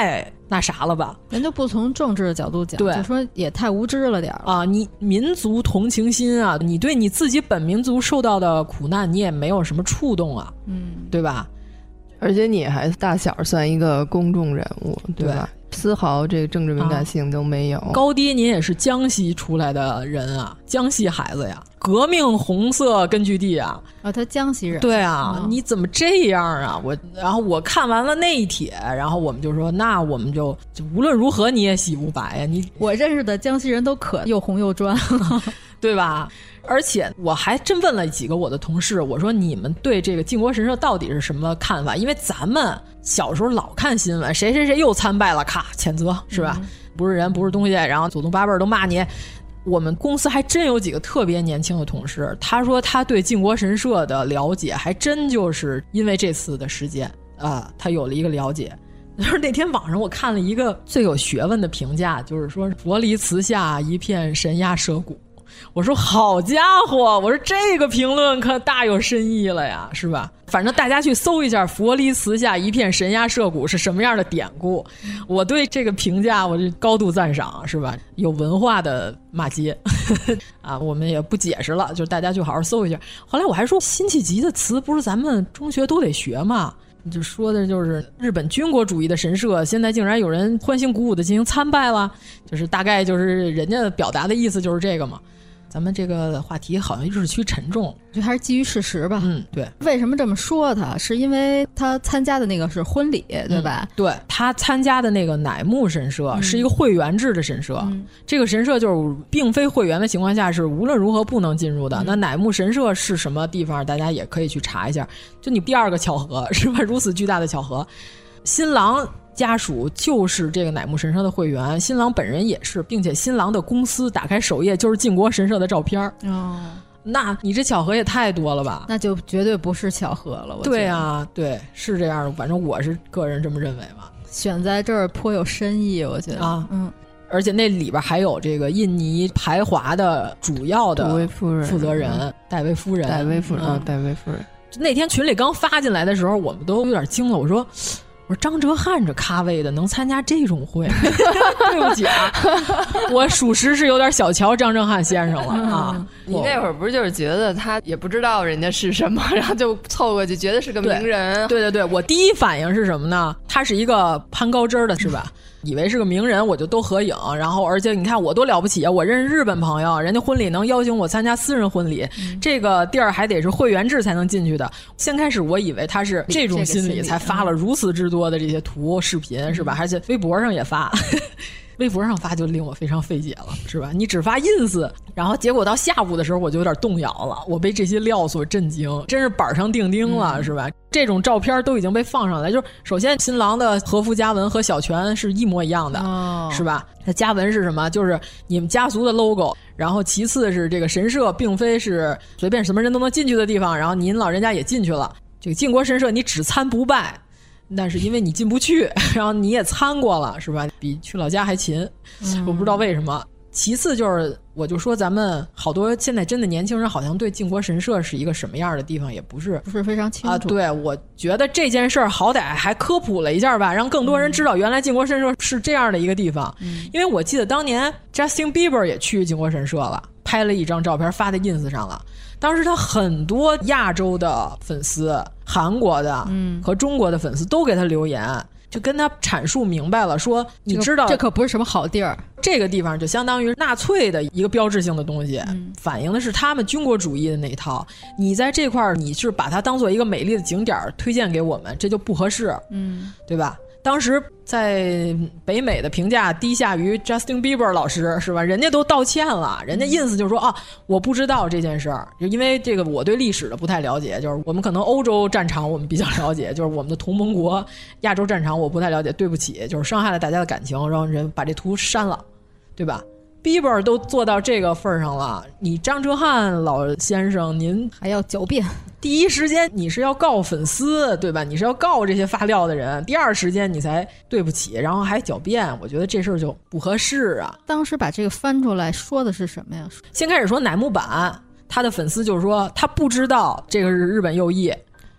那啥了吧？ 人就不从政治的角度讲， 对， 就说也太无知了点啊！你民族同情心啊，你对你自己本民族受到的苦难，你也没有什么触动啊， 嗯， 对吧？ 而且你还大小算一个公众人物，对吧？对，丝毫这个政治敏感性都没有。 啊、高低，您也是江西出来的人啊，江西孩子呀，革命红色根据地啊。 啊，他江西人。 对啊， 哦、 你怎么这样啊？我，然后我看完了那一帖，然后我们就说，那我们就就无论如何你也洗不白呀。你我认识的江西人都可又红又专， 对吧？而且我还真问了几个我的同事，我说你们对这个靖国神社到底是什么看法？因为咱们小时候老看新闻，谁谁谁又参拜了，咔谴责，是吧？嗯、不是人不是东西，然后祖宗八辈都骂你。我们公司还真有几个特别年轻的同事，他说他对靖国神社的了解还真就是因为这次的事件啊，他有了一个了解。就是那天网上我看了一个最有学问的评价，就是说佛离祠下一片神鸦社鼓。我说好家伙，我说这个评论可大有深意了呀，是吧？反正大家去搜一下佛离祠下一片神鸦社鼓是什么样的典故，我对这个评价我就高度赞赏，是吧？有文化的骂街啊，我们也不解释了，就是大家去好好搜一下。后来我还说辛弃疾的词不是咱们中学都得学吗？就说的就是日本军国主义的神社，现在竟然有人欢欣鼓舞的进行参拜了，就是大概就是人家表达的意思就是这个嘛。咱们这个话题好像日趋沉重， 就还是基于事实吧。 嗯，对。 为什么这么说他？是因为他参加的那个是婚礼，对吧？ 嗯、对，他参加的那个乃木神社、嗯、是一个会员制的神社、嗯，这个神社就是并非会员的情况下是无论如何不能进入的。嗯、那乃木神社是什么地方？大家也可以去查一下。就你第二个巧合是吧？如此巨大的巧合，新郎家属就是这个乃木神社的会员，新郎本人也是，并且新郎的公司打开首页就是靖国神社的照片。 哦， 那你这巧合也太多了吧？ 那就绝对不是巧合了。我觉得对啊，对，是这样的，反正我是个人这么认为嘛。 选在这儿颇有深意，我觉得啊， 嗯， 而且那里边还有这个印尼排华的主要的负责人戴维夫人， 戴维夫人，嗯、戴维夫人。 那天群里刚发进来的时候，我们都有点惊了，我说。我说张哲瀚这咖位的能参加这种会，对不起啊，我属实是有点小瞧张哲瀚先生了啊。 你那会儿不是就是觉得他也不知道人家是什么，然后就凑过去觉得是个名人？ 对对对，我第一反应是什么呢？他是一个攀高枝的，是吧？以为是个名人，我就都合影。然后，而且你看我多了不起啊！我认识日本朋友，人家婚礼能邀请我参加私人婚礼，嗯、这个地儿还得是会员制才能进去的。先开始我以为他是这种心理，才发了如此之多的这些图、视频，嗯、是吧？而且微博上也发。微博上发就令我非常费解了，是吧？你只发 ins， 然后结果到下午的时候我就有点动摇了，我被这些料所震惊，真是板上钉钉了，嗯、是吧？这种照片都已经被放上来，就是首先新郎的和服家纹和小拳是一模一样的，哦、是吧？那家纹是什么？就是你们家族的 logo。然后其次是这个神社并非是随便什么人都能进去的地方，然后您老人家也进去了。这个靖国神社你只参不拜。但是因为你进不去，然后你也参过了，是吧？比去老家还勤，嗯、我不知道为什么。其次就是，我就说咱们好多现在真的年轻人好像对靖国神社是一个什么样的地方也不是不是非常清楚啊。对，我觉得这件事儿好歹还科普了一下吧，让更多人知道原来靖国神社是这样的一个地方。嗯、因为我记得当年 Justin Bieber 也去靖国神社了，拍了一张照片发在 ins 上了。当时他很多亚洲的粉丝、韩国的和中国的粉丝都给他留言，就跟他阐述明白了，说你知道、 这个、这可不是什么好地儿， 这个地方就相当于纳粹的一个标志性的东西，嗯、反映的是他们军国主义的那一套。你在这块儿你是把它当做一个美丽的景点推荐给我们，这就不合适，嗯，对吧？当时在北美的评价低下于 Justin Bieber 老师，是吧？人家都道歉了，人家 ins 就说啊，我不知道这件事儿，就因为这个我对历史的不太了解，就是我们可能欧洲战场我们比较了解，就是我们的同盟国亚洲战场我不太了解，对不起，就是伤害了大家的感情，让人把这图删了，对吧？Bieber 都做到这个份上了，你张哲瀚老先生您还要狡辩， 第一时间你是要告粉丝，对吧？你是要告这些发料的人，第二时间你才对不起，然后还狡辩，我觉得这事儿就不合适啊。 当时把这个翻出来说的是什么呀？ 先开始说乃木坂，他的粉丝就是说他不知道这个是日本右翼，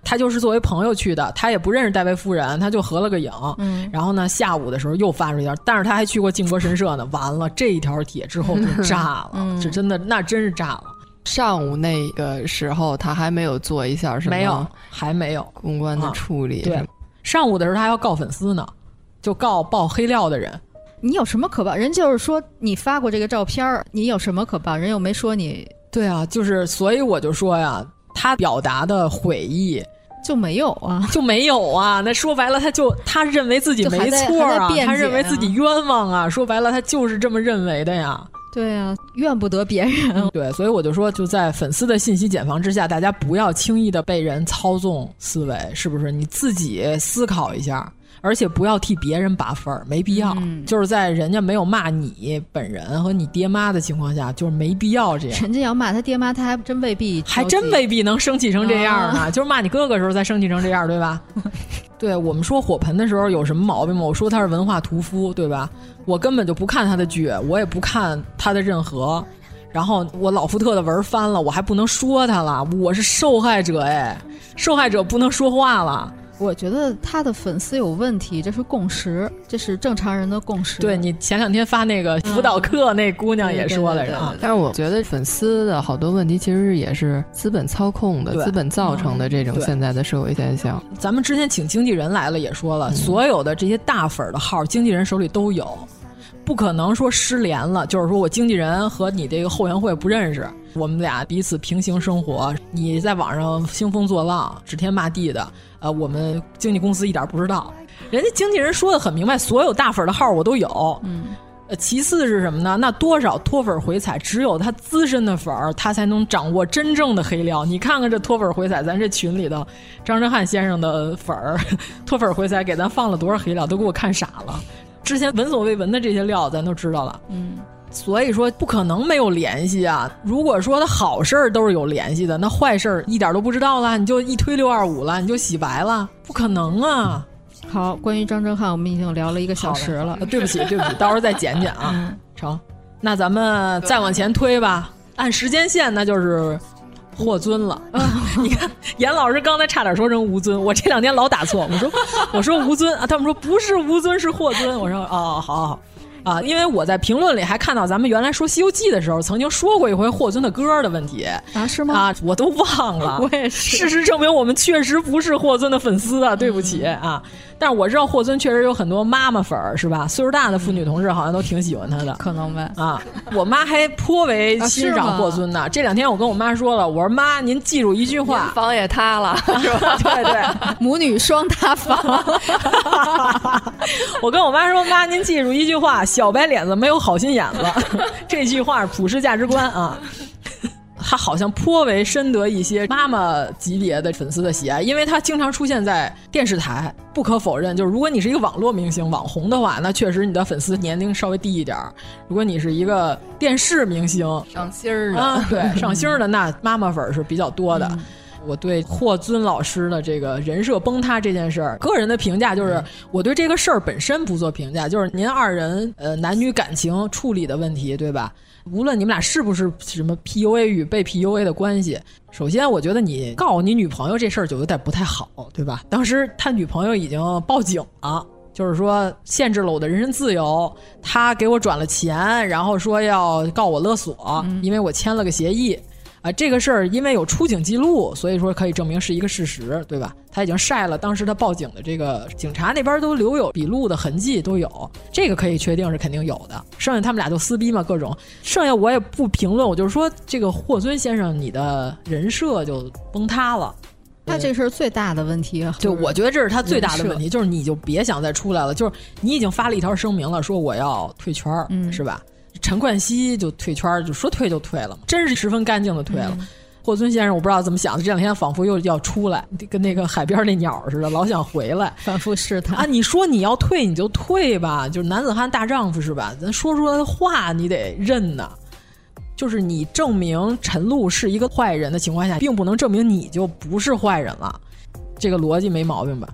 他就是作为朋友去的，他也不认识戴维夫人，他就合了个影。 嗯， 然后呢，下午的时候又发出一条，但是他还去过靖国神社呢。完了，这一条帖之后就炸了，嗯、这真的那真是炸了。 上午那个时候，他还没有做一下什么？ 没有，还没有公关的处理。 啊、对，上午的时候他还要告粉丝呢，就告爆黑料的人。 你有什么可报？人就是说你发过这个照片，你有什么可报？人又没说你。 对啊，就是所以我就说呀，他表达的悔意就没有啊， 就没有啊。那说白了，他就他认为自己没错啊，他认为自己冤枉啊。说白了，他就是这么认为的呀。 对啊，怨不得别人。 对，所以我就说，就在粉丝的信息茧房之下，大家不要轻易的被人操纵思维，是不是？你自己思考一下。而且不要替别人拔分儿，没必要、嗯。就是在人家没有骂你本人和你爹妈的情况下，就是没必要这样。 人家要骂他爹妈，他还真未必， 还真未必能生气成这样呢。啊、就是骂你哥哥的时候才生气成这样，对吧？对，我们说火盆的时候有什么毛病吗？我说他是文化屠夫，对吧？我根本就不看他的剧，我也不看他的任何。然后我老福特的文翻了，我还不能说他了，我是受害者哎，受害者不能说话了。 我觉得他的粉丝有问题，这是共识，这是正常人的共识。 对，你前两天发那个辅导课，那姑娘也说了，是吧？ 但是我觉得粉丝的好多问题其实也是资本操控的，资本造成的这种现在的社会现象。 嗯、咱们之前请经纪人来了，也说了，嗯、所有的这些大粉的号，经纪人手里都有。不可能说失联了，就是说我经纪人和你这个后援会不认识，我们俩彼此平行生活，你在网上兴风作浪指天骂地的，呃，我们经纪公司一点不知道。人家经纪人说的很明白，所有大粉的号我都有。嗯，呃，其次是什么呢？那多少脱粉回踩，只有他资深的粉儿，他才能掌握真正的黑料。你看看这脱粉回踩，咱这群里头张震汉先生的粉儿，脱粉回踩给咱放了多少黑料，都给我看傻了。之前闻所未闻的这些料咱都知道了，嗯，所以说不可能没有联系啊。如果说他好事儿都是有联系的，那坏事儿一点都不知道了，你就一推六二五了，你就洗白了，不可能啊。 好，关于张震汉我们已经聊了一个小时了， 了对不起对不起，到时候再剪剪啊。嗯、成，那咱们再往前推吧，按时间线那就是霍尊了。你看严老师刚才差点说成吴尊，我这两天老打错，我说我说吴尊啊，他们说不是吴尊是霍尊，我说哦好好好啊，因为我在评论里还看到咱们原来说《西游记》的时候曾经说过一回霍尊的歌的问题啊，是吗？ 啊，我都忘了。 我也是。 事实证明我们确实不是霍尊的粉丝啊，对不起、嗯、啊。但是我知道霍尊确实有很多妈妈粉儿，是吧？岁数大的妇女同志好像都挺喜欢他的， 可能呗。 啊，我妈还颇为欣赏霍尊呢、啊。这两天我跟我妈说了，我说妈，您记住一句话， 房也塌了，是吧？ 对对， 母女双塌房。 我跟我妈说，妈，您记住一句话，小白脸子没有好心眼子。这句话是普世价值观啊。他好像颇为深得一些妈妈级别的粉丝的喜爱，因为他经常出现在电视台。不可否认，就是如果你是一个网络明星、网红的话，那确实你的粉丝年龄稍微低一点。如果你是一个电视明星， 上星儿的、 啊，对，上星儿的，那妈妈粉是比较多的。嗯，我对霍尊老师的这个人设崩塌这件事儿，个人的评价就是，我对这个事儿本身不做评价，就是您二人呃男女感情处理的问题，对吧？无论你们俩是不是什么 P U A 与被 P U A 的关系，首先我觉得你告你女朋友这事儿就有点不太好，对吧？当时他女朋友已经报警了，就是说限制了我的人身自由，他给我转了钱，然后说要告我勒索，因为我签了个协议。啊，这个事儿因为有出警记录，所以说可以证明是一个事实，对吧？他已经晒了当时他报警的这个警察那边都留有笔录的痕迹都有，这个可以确定是肯定有的。剩下他们俩就撕逼嘛，各种。剩下我也不评论，我就是说这个霍尊先生你的人设就崩塌了。 他这是最大的问题， 就我觉得这是他最大的问题，就是你就别想再出来了，就是你已经发了一条声明了，说我要退圈，嗯，是吧？陈冠希就退圈，就说退就退了，真是十分干净的退了。嗯、霍尊先生我不知道怎么想的，这两天仿佛又要出来，跟那个海边那鸟似的，老想回来， 反复试探啊！你说你要退你就退吧，就是男子汉大丈夫是吧？咱说出来的话你得认呐。就是你证明陈露是一个坏人的情况下，并不能证明你就不是坏人了，这个逻辑没毛病吧？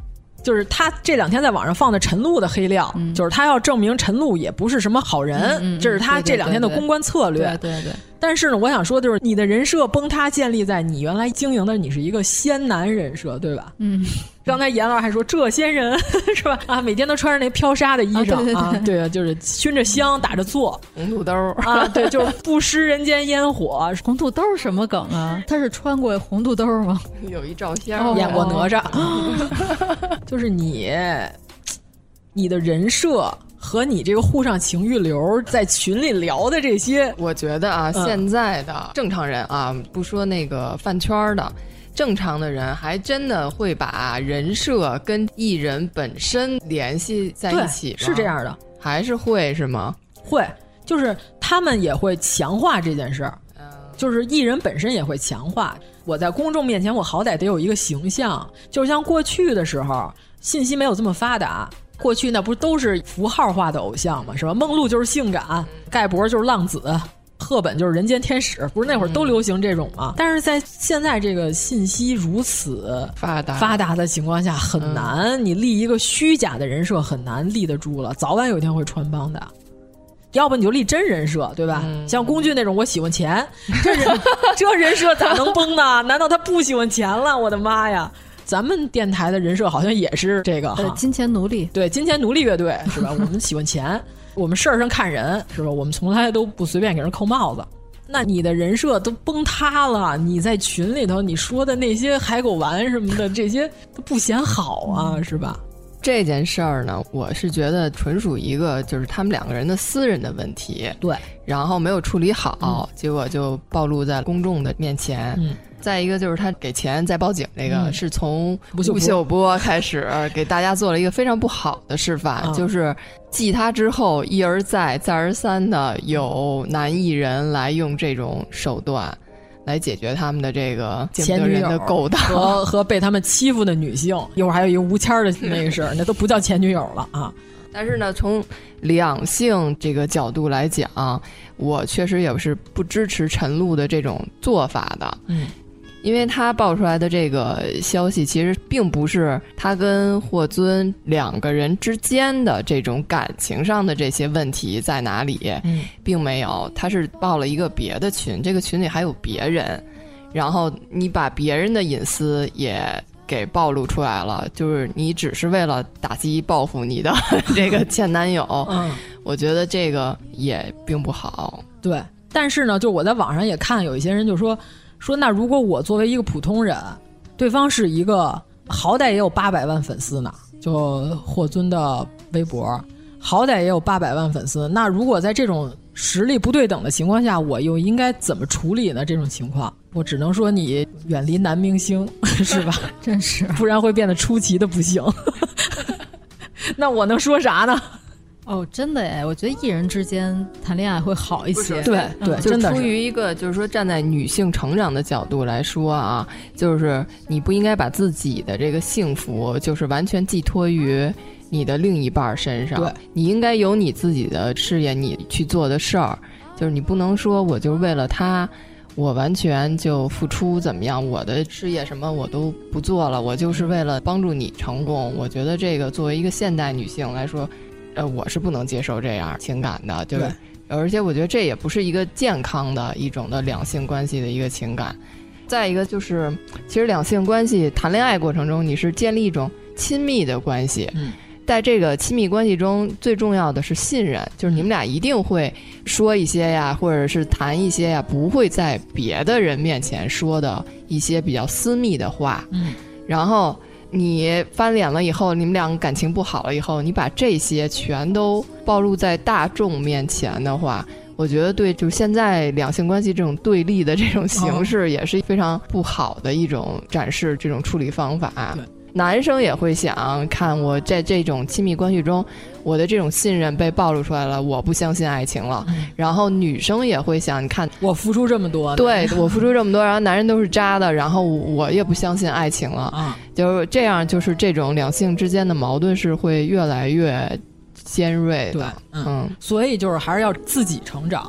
就是他这两天在网上放的陈露的黑料，嗯、就是他要证明陈露也不是什么好人，嗯嗯、这是他这两天的公关策略。 对对 对, 对。 但是呢，我想说就是你的人设崩塌建立在你原来经营的你是一个仙男人设，对吧？ 嗯。 刚才严老师还说这仙人是吧？啊，每天都穿着那飘纱的衣裳啊, 对, 对, 对, 啊，对啊，就是熏着香打着坐， 红土豆啊，对，就是不食人间烟火。 红土豆什么梗啊？他是穿过红土豆吗？ 有一照片、 哦、演过哪吒，就是你，你的人设。和你这个沪上情欲流在群里聊的这些， 我觉得啊，嗯、现在的正常人啊，不说那个饭圈的，正常的人还真的会把人设跟艺人本身联系在一起吗？ 是这样的， 还是会是吗？ 会，就是他们也会强化这件事儿，嗯、就是艺人本身也会强化。我在公众面前，我好歹得有一个形象，就像过去的时候，信息没有这么发达。过去那不都是符号化的偶像吗？是吧？梦露就是性感，盖博就是浪子，赫本就是人间天使，不是那会儿都流行这种吗？嗯、但是在现在这个信息如此发达发达的情况下，很难、嗯、你立一个虚假的人设很难立得住了，早晚有一天会穿帮的。要不你就立真人设，对吧？嗯、像龚俊那种，我喜欢钱，这人这人设咋能崩呢？难道他不喜欢钱了？我的妈呀！咱们电台的人设好像也是这个哈，金钱奴隶， 对，金钱奴隶乐队是吧？我们喜欢钱，我们事儿上看人是吧？我们从来都不随便给人扣帽子。那你的人设都崩塌了，你在群里头你说的那些海狗丸什么的，这些都不显好啊，是吧？ 这件事儿呢，我是觉得纯属一个就是他们两个人的私人的问题， 对， 然后没有处理好，嗯、结果就暴露在公众的面前。 嗯。 再一个就是他给钱再报警，那个、嗯、是从吴秀波开始给大家做了一个非常不好的示范，嗯、就是继他之后一而再再而三的有男艺人来用这种手段来解决他们的这个前女友的勾当和和被他们欺负的女性，一会儿还有一个吴谦的那个事儿，那都不叫前女友了啊。 但是呢，从两性这个角度来讲，我确实也是不支持陈露的这种做法的。 嗯。 因为他爆出来的这个消息，其实并不是他跟霍尊两个人之间的这种感情上的这些问题在哪里， 嗯， 并没有，他是报了一个别的群，这个群里还有别人，然后你把别人的隐私也给暴露出来了，就是你只是为了打击报复你的这个前男友， 嗯， 我觉得这个也并不好。 对，但是呢，就我在网上也看有一些人就说。说那如果我作为一个普通人，对方是一个好歹也有八百万粉丝呢，就霍尊的微博好歹也有八百万粉丝，那如果在这种实力不对等的情况下，我又应该怎么处理呢？这种情况我只能说你远离男明星是吧？ 真是， 不然会变得出奇的不行。那我能说啥呢？ 哦，真的哎，我觉得艺人之间谈恋爱会好一些。 对对， 真的。出于一个就是说站在女性成长的角度来说啊，就是你不应该把自己的这个幸福就是完全寄托于你的另一半身上。 对， 你应该有你自己的事业，你去做的事儿，就是你不能说我就是为了他，我完全就付出怎么样，我的事业什么我都不做了，我就是为了帮助你成功。我觉得这个作为一个现代女性来说。呃，我是不能接受这样情感的，就是，而且我觉得这也不是一个健康的一种的两性关系的一个情感。再一个就是，其实两性关系谈恋爱过程中，你是建立一种亲密的关系， 嗯， 在这个亲密关系中，最重要的是信任，就是你们俩一定会说一些呀，或者是谈一些呀，不会在别的人面前说的一些比较私密的话， 嗯， 然后。你翻脸了以后，你们两个感情不好了以后，你把这些全都暴露在大众面前的话，我觉得对就是现在两性关系这种对立的这种形式也是非常不好的一种展示这种处理方法。 对， 男生也会想看我在这种亲密关系中，我的这种信任被暴露出来了，我不相信爱情了。 嗯、 然后女生也会想，你看我付出这么多， 对我付出这么多，然后男人都是渣的，然后我也不相信爱情了。 啊， 就是这样，就是这种两性之间的矛盾是会越来越尖锐的。 对，嗯，嗯所以就是还是要自己成长。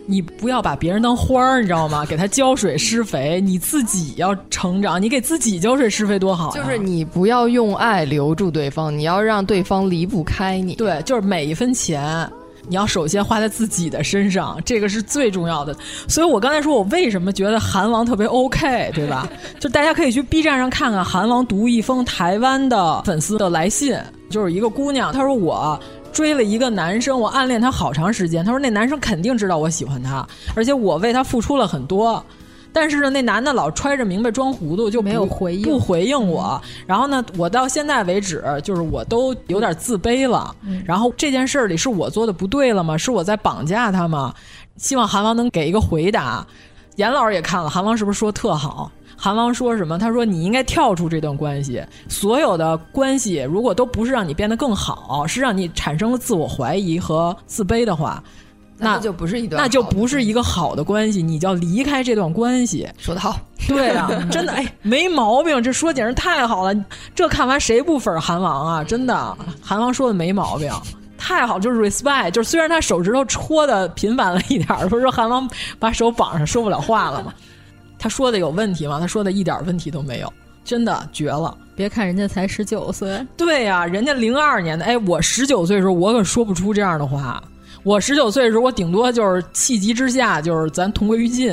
你不要把别人当花儿，你知道吗？给他浇水施肥，你自己要成长，你给自己浇水施肥多好、啊、 就是你不要用爱留住对方，你要让对方离不开你。 对，就是每一分钱你要首先花在自己的身上，这个是最重要的。所以我刚才说我为什么觉得韩王特别 OK， 对吧？就大家可以去 B 站上看看韩王读一封台湾的粉丝的来信，就是一个姑娘，她说我追了一个男生，我暗恋他好长时间，她说那男生肯定知道我喜欢他，而且我为他付出了很多，但是呢，那男的老揣着明白装糊涂，就没有回应， 不回应我。然后呢，我到现在为止，就是我都有点自卑了。嗯、然后这件事里是我做的不对了吗？是我在绑架他吗？希望韩王能给一个回答。严老师也看了，韩王是不是说特好？韩王说什么？他说你应该跳出这段关系，所有的关系如果都不是让你变得更好，是让你产生了自我怀疑和自卑的话。 那就不是一段， 那就不是一个好的关系，你就要离开这段关系。 说得好， 对啊，真的，哎，没毛病，这说简直太好了。这看完谁不粉韩王啊？真的，韩王说的没毛病，太好，就是 respect， 就是虽然他手指头戳的频繁了一点，不是说韩王把手绑上说不了话了吗？他说的有问题吗？他说的一点问题都没有，真的绝了。 别看人家才十九岁， 对呀、啊，人家零二年的，哎，我十九岁的时候我可说不出这样的话。我十九岁的时候，我顶多就是气急之下，就是咱同归于尽。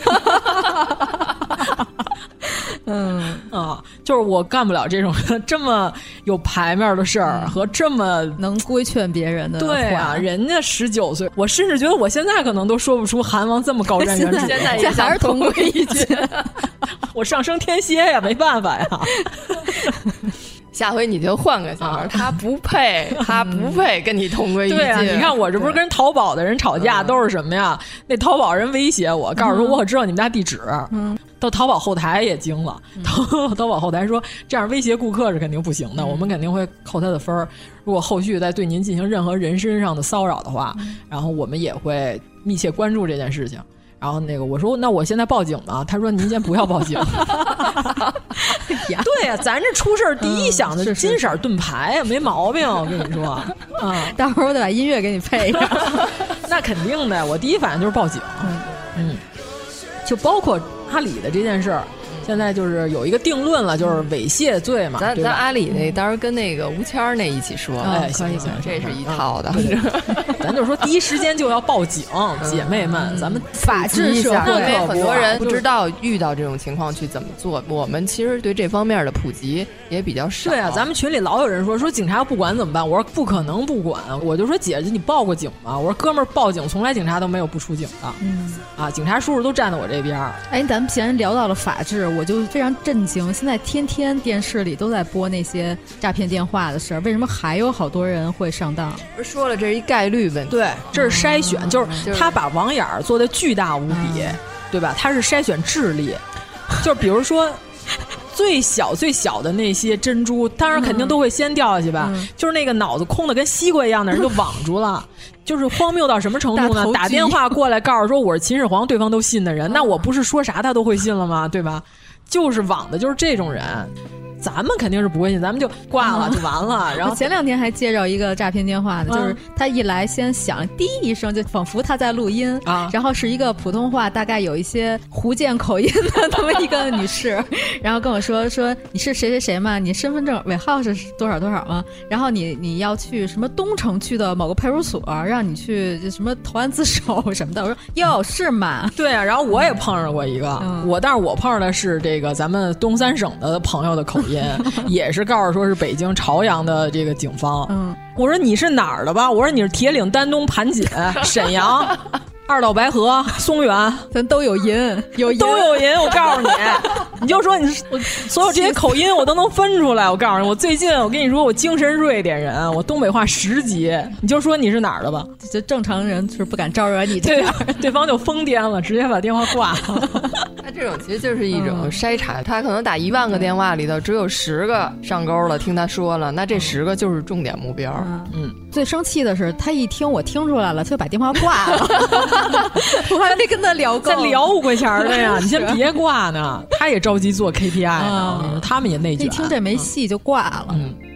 嗯啊，就是我干不了这种这么有牌面的事儿、嗯、和这么能规劝别人的。 对啊，人家十九岁，我甚至觉得我现在可能都说不出韩王这么高瞻远瞩。 现在也还是同归于尽。 我上升天蝎呀，没办法呀。 下回你就换个想法、啊，他不配，他不配跟你同归于尽。 对啊，你看我这不是跟淘宝的人吵架，都是什么呀？那淘宝人威胁我，告诉说我可知道你们家地址。嗯，到淘宝后台也惊了，淘、嗯、淘宝后台说这样威胁顾客是肯定不行的，嗯、我们肯定会扣他的分儿。如果后续再对您进行任何人身上的骚扰的话，嗯、然后我们也会密切关注这件事情。然后那个我说那我现在报警吗？他说您先不要报警。对呀、啊，咱这出事第一想的是金色盾牌呀，没毛病。我跟你说，啊、嗯， 待会儿我得把音乐给你配上。 那肯定的，我第一反应就是报警。嗯，嗯就包括阿里的这件事儿。现在就是有一个定论了，就是猥亵罪嘛。 咱咱阿里那当时跟那个吴谦儿那一起说， 哎， 行行，这是一套的。 咱就说第一时间就要报警，姐妹们，咱们法治社会， 因为很多人不知道遇到这种情况去怎么做。我们其实对这方面的普及也比较少。 对啊，咱们群里老有人说说警察不管怎么办，我说不可能不管，我就说姐姐你报过警吗？我说哥们儿报警从来警察都没有不出警的。嗯啊，警察叔叔都站在我这边。 哎，咱们既然聊到了法治，我就非常震惊，现在天天电视里都在播那些诈骗电话的事儿，为什么还有好多人会上当？ 不是说了这是一概率问题， 对，这是筛选，嗯、就是他把网眼做的巨大无比，嗯、对吧？他是筛选智力，就是比如说。最小最小的那些珍珠，当然肯定都会先掉下去吧。嗯、就是那个脑子空的跟西瓜一样的人就网住了，就是荒谬到什么程度呢？打电话过来告诉说我是秦始皇，对方都信的人，那我不是说啥他都会信了吗？对吧？就是网的，就是这种人。咱们肯定是不会信，咱们就挂了就完了。嗯、然后前两天还接着一个诈骗电话的，嗯、就是他一来先响滴一声，就仿佛他在录音啊，然后是一个普通话，大概有一些福建口音的那么一个女士，然后跟我说说你是谁谁谁吗？你身份证尾号是多少多少吗？然后你你要去什么东城区的某个派出所，让你去什么投案自首什么的。我说哟是吗？ 对啊，然后我也碰上过一个，嗯、我但是我碰上的是这个咱们东三省的朋友的口音。也是告诉说是北京朝阳的这个警方。嗯，我说你是哪儿的吧？我说你是铁岭、丹东、盘锦、沈阳、二道白河、松原， 咱都有银，有银都有银。我告诉你，你就说你我所有这些口音我都能分出来。我告诉你，我最近我跟你说，我精神瑞典人，我东北话十级，你就说你是哪儿的吧？ 这正常人是不敢招惹你这样，对方就疯癫了，直接把电话挂了。 他这种其实就是一种筛查，他可能打一万个电话里头只有十个上钩了，听他说了，那这十个就是重点目标。 嗯，嗯最生气的是他一听我听出来了，他就把电话挂了。我还没跟他聊够， 再聊五块钱的呀，你先别挂呢。他也着急做 K P I 呢，嗯、他们也内卷。 一听这没戏就挂了。 嗯，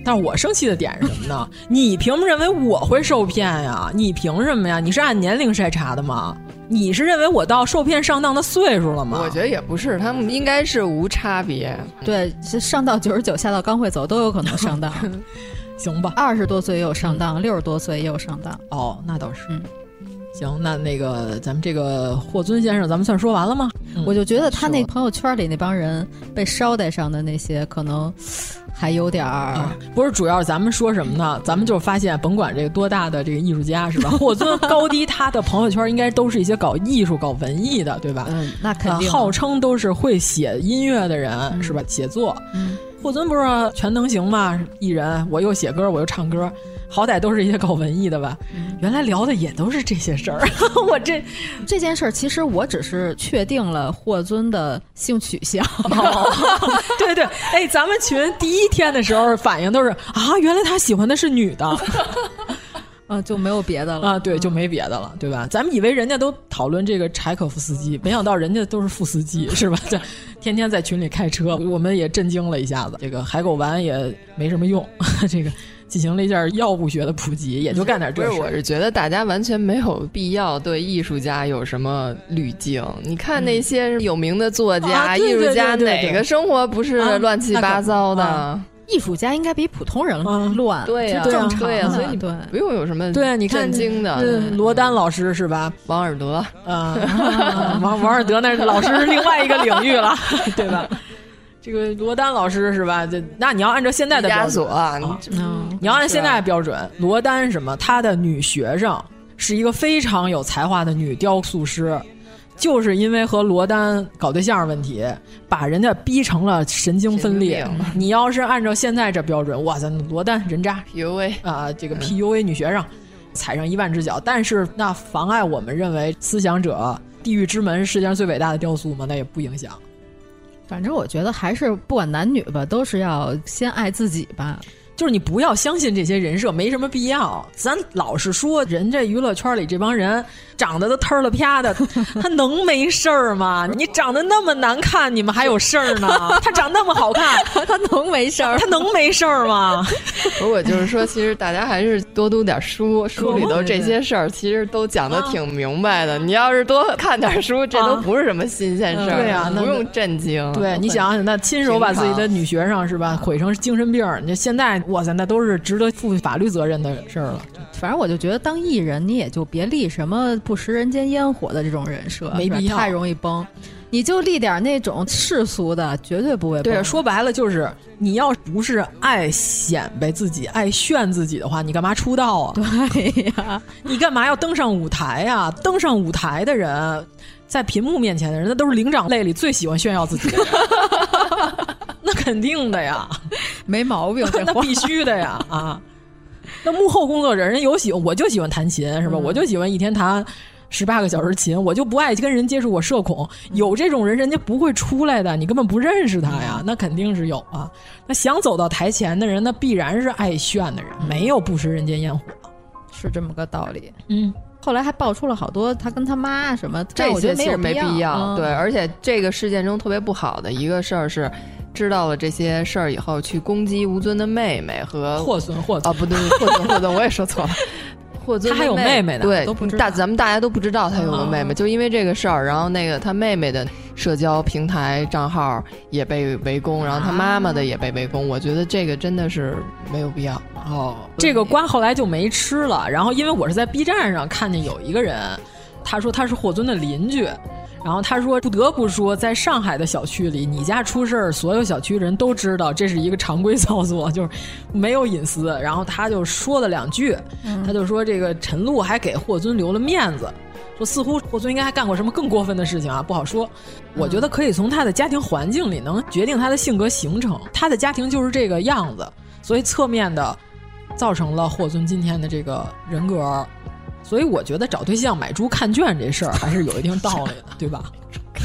但是我生气的点是什么呢？你凭什么认为我会受骗呀？你凭什么呀？你是按年龄筛查的吗？你是认为我到受骗上当的岁数了吗？ 我觉得也不是，他们应该是无差别。 对，上到九十九，下到刚会走都有可能上当。 行吧， 二十多岁也有上当，六十多岁也有上当。 哦，那倒是。 嗯， 行，那那个咱们这个霍尊先生，咱们算说完了吗？ 嗯、我就觉得他那朋友圈里那帮人被捎带上的那些，可能还有点儿、 啊。不是，主要咱们说什么呢？咱们就发现，甭管这个多大的这个艺术家是吧？霍尊高低他的朋友圈应该都是一些搞艺术、搞文艺的，对吧？ 嗯，那肯定、 啊。号称都是会写音乐的人，嗯、是吧？写作。 嗯。 霍尊不是全能型嘛，艺人，我又写歌，我又唱歌，好歹都是一些搞文艺的吧。嗯、原来聊的也都是这些事儿。我这这件事儿，其实我只是确定了霍尊的性取向。 哦、对对，哎，咱们群第一天的时候反应都是啊，原来他喜欢的是女的。 啊，就没有别的了啊，对，就没别的了，对吧？咱们以为人家都讨论这个柴可夫斯基，没想到人家都是副司机，是吧？这天天在群里开车，我们也震惊了一下子。这个海狗丸也没什么用，这个进行了一下药物学的普及，也就干点这事。 不是，我是觉得大家完全没有必要对艺术家有什么滤镜。你看那些有名的作家、 啊、 艺术家，哪个生活不是乱七八糟的？ 啊艺术家应该比普通人乱， 啊、对呀、 啊，正常对呀、啊，所以你对不用有什么对，你看震惊的。 罗丹老师是吧？ 王尔德啊，王王尔德那老师是另外一个领域了，对吧？这个罗丹老师是吧？这那你要按照现在的标准， 啊、 嗯，你要按现在的标准，罗丹什么？他的女学生是一个非常有才华的女雕塑师。就是因为和罗丹搞对象问题，把人家逼成了神经分裂。你要是按照现在这标准，哇塞，罗丹人渣 P U A 啊，这个 P U A 女学生、嗯、踩上一万只脚，但是那妨碍我们认为思想者地狱之门是世界上最伟大的雕塑吗？那也不影响。 反正我觉得还是不管男女吧，都是要先爱自己吧。 就是你不要相信这些人设，没什么必要。咱老实说，人这娱乐圈里这帮人长得都忒了啪的，他能没事儿吗？你长得那么难看，你们还有事儿呢？他长那么好看， 他能没事儿？ 他能没事儿吗？ 不是，我就是说，其实大家还是多读点书，书里头这些事儿其实都讲得挺明白的。啊、你要是多看点书，这都不是什么新鲜事儿、啊。 对呀、啊， 不用震惊。 对，你想想，那亲手把自己的女学生是吧毁成精神病，你现在。哇塞，那都是值得负法律责任的事儿了。 反正我就觉得，当艺人你也就别立什么不食人间烟火的这种人设， 没必要， 太容易崩。你就立点那种世俗的，绝对不会崩。 对，说白了就是，你要不是爱显摆自己、爱炫自己的话，你干嘛出道啊？ 对呀， 你干嘛要登上舞台呀？登上舞台的人，在屏幕面前的人，那都是灵长类里最喜欢炫耀自己的人。那肯定的呀， 没毛病， 那必须的呀啊！那幕后工作人人有喜欢，我就喜欢弹琴是吧？嗯、我就喜欢一天弹十八个小时琴，我就不爱跟人接触，我社恐。有这种人，人家不会出来的，你根本不认识他呀，那肯定是有啊。那想走到台前的人，那必然是爱炫的人，没有不食人间烟火， 是这么个道理。 嗯。 后来还爆出了好多他跟他妈什么， 这我觉得其实没必要。 嗯、 对，而且这个事件中特别不好的一个事儿是，知道了这些事儿以后，去攻击吴尊的妹妹和霍尊，霍尊啊，不对，霍尊，霍尊，我也说错了。霍尊他还有妹妹呢， 对， 都不知道大咱们大家都不知道他有个妹妹， 哦、 就因为这个事儿，然后那个他妹妹的社交平台账号也被围攻，然后他妈妈的也被围攻。我觉得这个真的是没有必要。 哦，这个瓜后来就没吃了。然后因为我是在 B 站上看见有一个人，他说他是霍尊的邻居。然后他说，不得不说，在上海的小区里，你家出事儿，所有小区人都知道这是一个常规操作，就是没有隐私。然后他就说了两句， 嗯、 他就说这个陈露还给霍尊留了面子，说似乎霍尊应该还干过什么更过分的事情啊，不好说。我觉得可以从他的家庭环境里能决定他的性格形成，他的家庭就是这个样子，所以侧面的造成了霍尊今天的这个人格。所以我觉得找对象买猪看圈这事儿还是有一定道理的，对吧？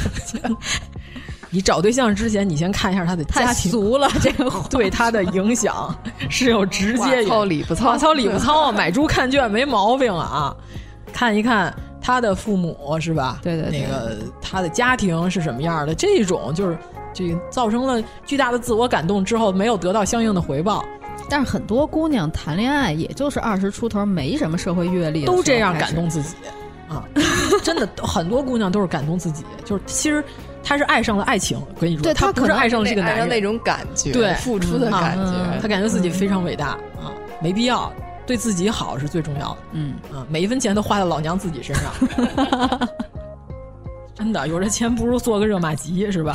你找对象之前，你先看一下他的家庭， 太俗了，这个对他的影响是有直接操理不操， 话糙理不糙，买猪看圈没毛病啊。看一看他的父母是吧？ 对对对， 那个他的家庭是什么样的？这种就是这个造成了巨大的自我感动之后，没有得到相应的回报。 但是很多姑娘谈恋爱也就是二十出头，没什么社会阅历， 都这样感动自己啊！真的，很多姑娘都是感动自己，就是其实她是爱上了爱情。我跟你说， 对她不是爱上了这个男人那种感觉， 对付出的感觉， 嗯、她感觉自己非常伟大、嗯、啊，没必要。对自己好是最重要的， 嗯啊，每一分钱都花在老娘自己身上，真的，有这钱不如做个热玛吉，是吧？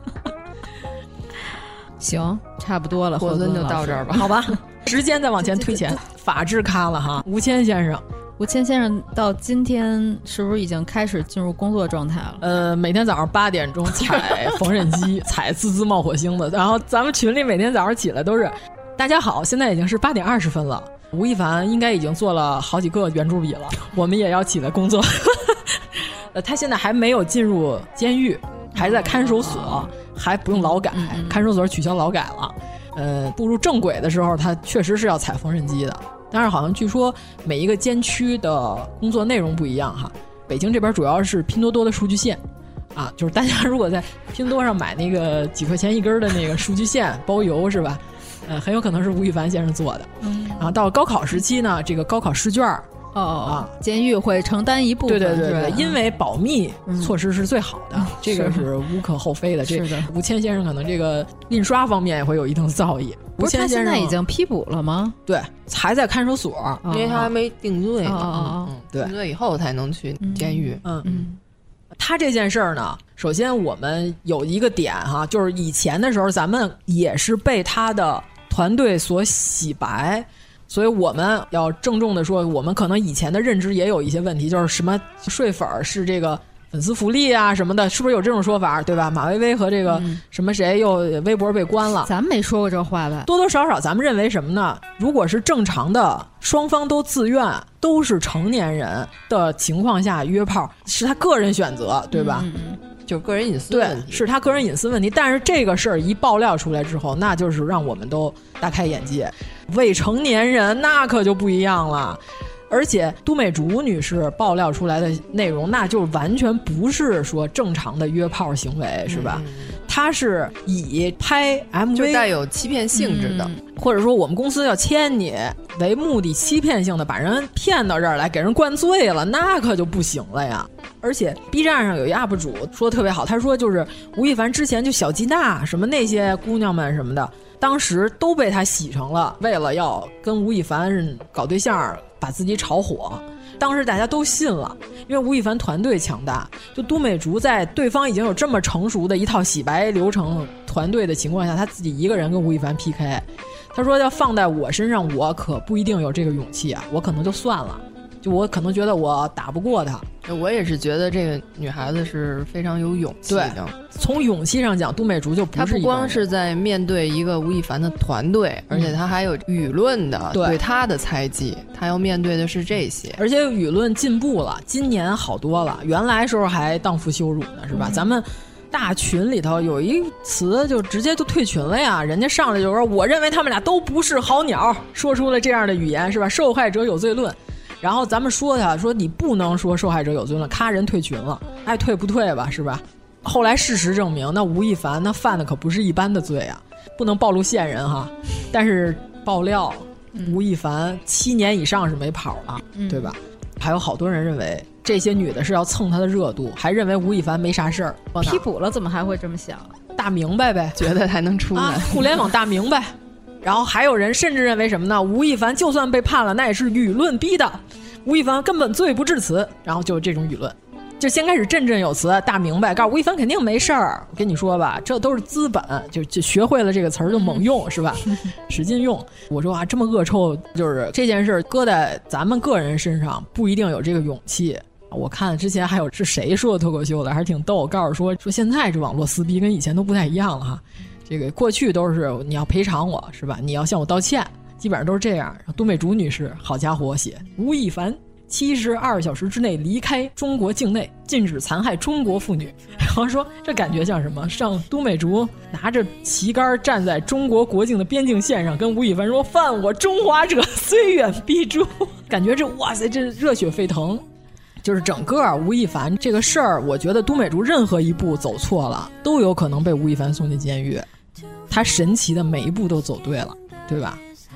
行，差不多了， 霍尊就到这儿吧， 好吧？时间再往前推前，法制咖了哈，吴谦先生， 吴谦先生到今天是不是已经开始进入工作状态了？ 呃，每天早上八点钟踩缝纫机，踩滋滋冒火星的，然后咱们群里每天早上起来都是，大家好，现在已经是八点二十分了。吴亦凡应该已经做了好几个圆珠笔了，我们也要起来工作。呃，他现在还没有进入监狱，还在看守所，还不用劳改， 嗯、 看守所取消劳改了。呃，步入正轨的时候，他确实是要踩缝纫机的。但是好像据说每一个监区的工作内容不一样哈。北京这边主要是拼多多的数据线，啊，就是大家如果在拼多多上买那个几块钱一根的那个数据线，包邮是吧？呃，很有可能是吴亦凡先生做的。嗯，然后到了高考时期呢，这个高考试卷哦啊， 监狱会承担一部分。 对对对对，因为保密措施是最好的，嗯、这个是无可厚非的。 是的， 这吴谦先生可能这个印刷方面也会有一定造诣。 不是他现在已经批捕了吗？ 对，还在看守所， 因为他还没定罪呢。 哦嗯，对，定罪以后才能去监狱。 嗯嗯。他这件事儿呢，首先我们有一个点哈，就是以前的时候咱们也是被他的团队所洗白，所以我们要郑重的说，我们可能以前的认知也有一些问题，就是什么睡粉是这个粉丝福利啊什么的，是不是有这种说法，对吧？马薇薇和这个什么谁又微博被关了， 嗯、咱们没说过这话吧？ 多多少少咱们认为什么呢？如果是正常的，双方都自愿，都是成年人的情况下约炮，是他个人选择，对吧？ 嗯嗯， 就个人隐私问题， 对，是他个人隐私问题。但是这个事儿一爆料出来之后，那就是让我们都大开眼界。未成年人那可就不一样了。而且都美竹女士爆料出来的内容，那就完全不是说正常的约炮行为，是吧？嗯、她是以拍 M V 就带有欺骗性质的、 嗯，或者说我们公司要签你为目的，欺骗性的把人骗到这儿来，给人灌醉了，那可就不行了呀。而且 B 站上有一 U P 主说的特别好，他说就是吴亦凡之前就小吉娜什么那些姑娘们什么的，当时都被他洗成了为了要跟吴亦凡搞对象，把自己炒火。当时大家都信了，因为吴亦凡团队强大，就都美竹在对方已经有这么成熟的一套洗白流程团队的情况下，他自己一个人跟吴亦凡 P K。 他说要放在我身上，我可不一定有这个勇气啊，我可能就算了，就我可能觉得我打不过他。 我也是觉得这个女孩子是非常有勇气的。 对，从勇气上讲，都美竹就不是一般人。 她不光是在面对一个吴亦凡的团队，而且她还有舆论的、嗯、对她的猜忌，她要面对的是这些。 而且舆论进步了，今年好多了，原来时候还荡妇羞辱呢，是吧？嗯、咱们大群里头有一词就直接就退群了呀，人家上来就说我认为他们俩都不是好鸟，说出了这样的语言，是吧？受害者有罪论。然后咱们说他说你不能说受害者有罪论，咔人退群了，爱退不退吧，是吧？后来事实证明，那吴亦凡那犯的可不是一般的罪啊，不能暴露线人哈。但是爆料、嗯、吴亦凡七年以上是没跑了、嗯、对吧？还有好多人认为这些女的是要蹭他的热度，还认为吴亦凡没啥事儿， 批捕了怎么还会这么想？ 大明白呗， 觉得还能出来、 啊、互联网大明白。然后还有人甚至认为什么呢？吴亦凡就算被判了，那也是舆论逼的，吴亦凡根本罪不至此。然后就这种舆论，就先开始振振有词，大明白，告诉吴亦凡肯定没事儿。我跟你说吧，这都是资本，就就学会了这个词儿就猛用，是吧？使劲用。我说啊，这么恶臭，就是这件事搁在咱们个人身上，不一定有这个勇气。我看之前还有是谁说的脱口秀的，还是挺逗，告诉说说现在这网络撕逼跟以前都不太一样了哈。这个过去都是你要赔偿我，是吧？你要向我道歉，基本上都是这样。都美竹女士，好家伙，写吴亦凡七十二小时之内离开中国境内，禁止残害中国妇女。然后说这感觉像什么？上都美竹拿着旗杆站在中国国境的边境线上，跟吴亦凡说：“犯我中华者，虽远必诛。”感觉这哇塞，这热血沸腾。就是整个吴亦凡这个事儿，我觉得都美竹任何一步走错了，都有可能被吴亦凡送进监狱。他神奇的每一步都走对了，对吧？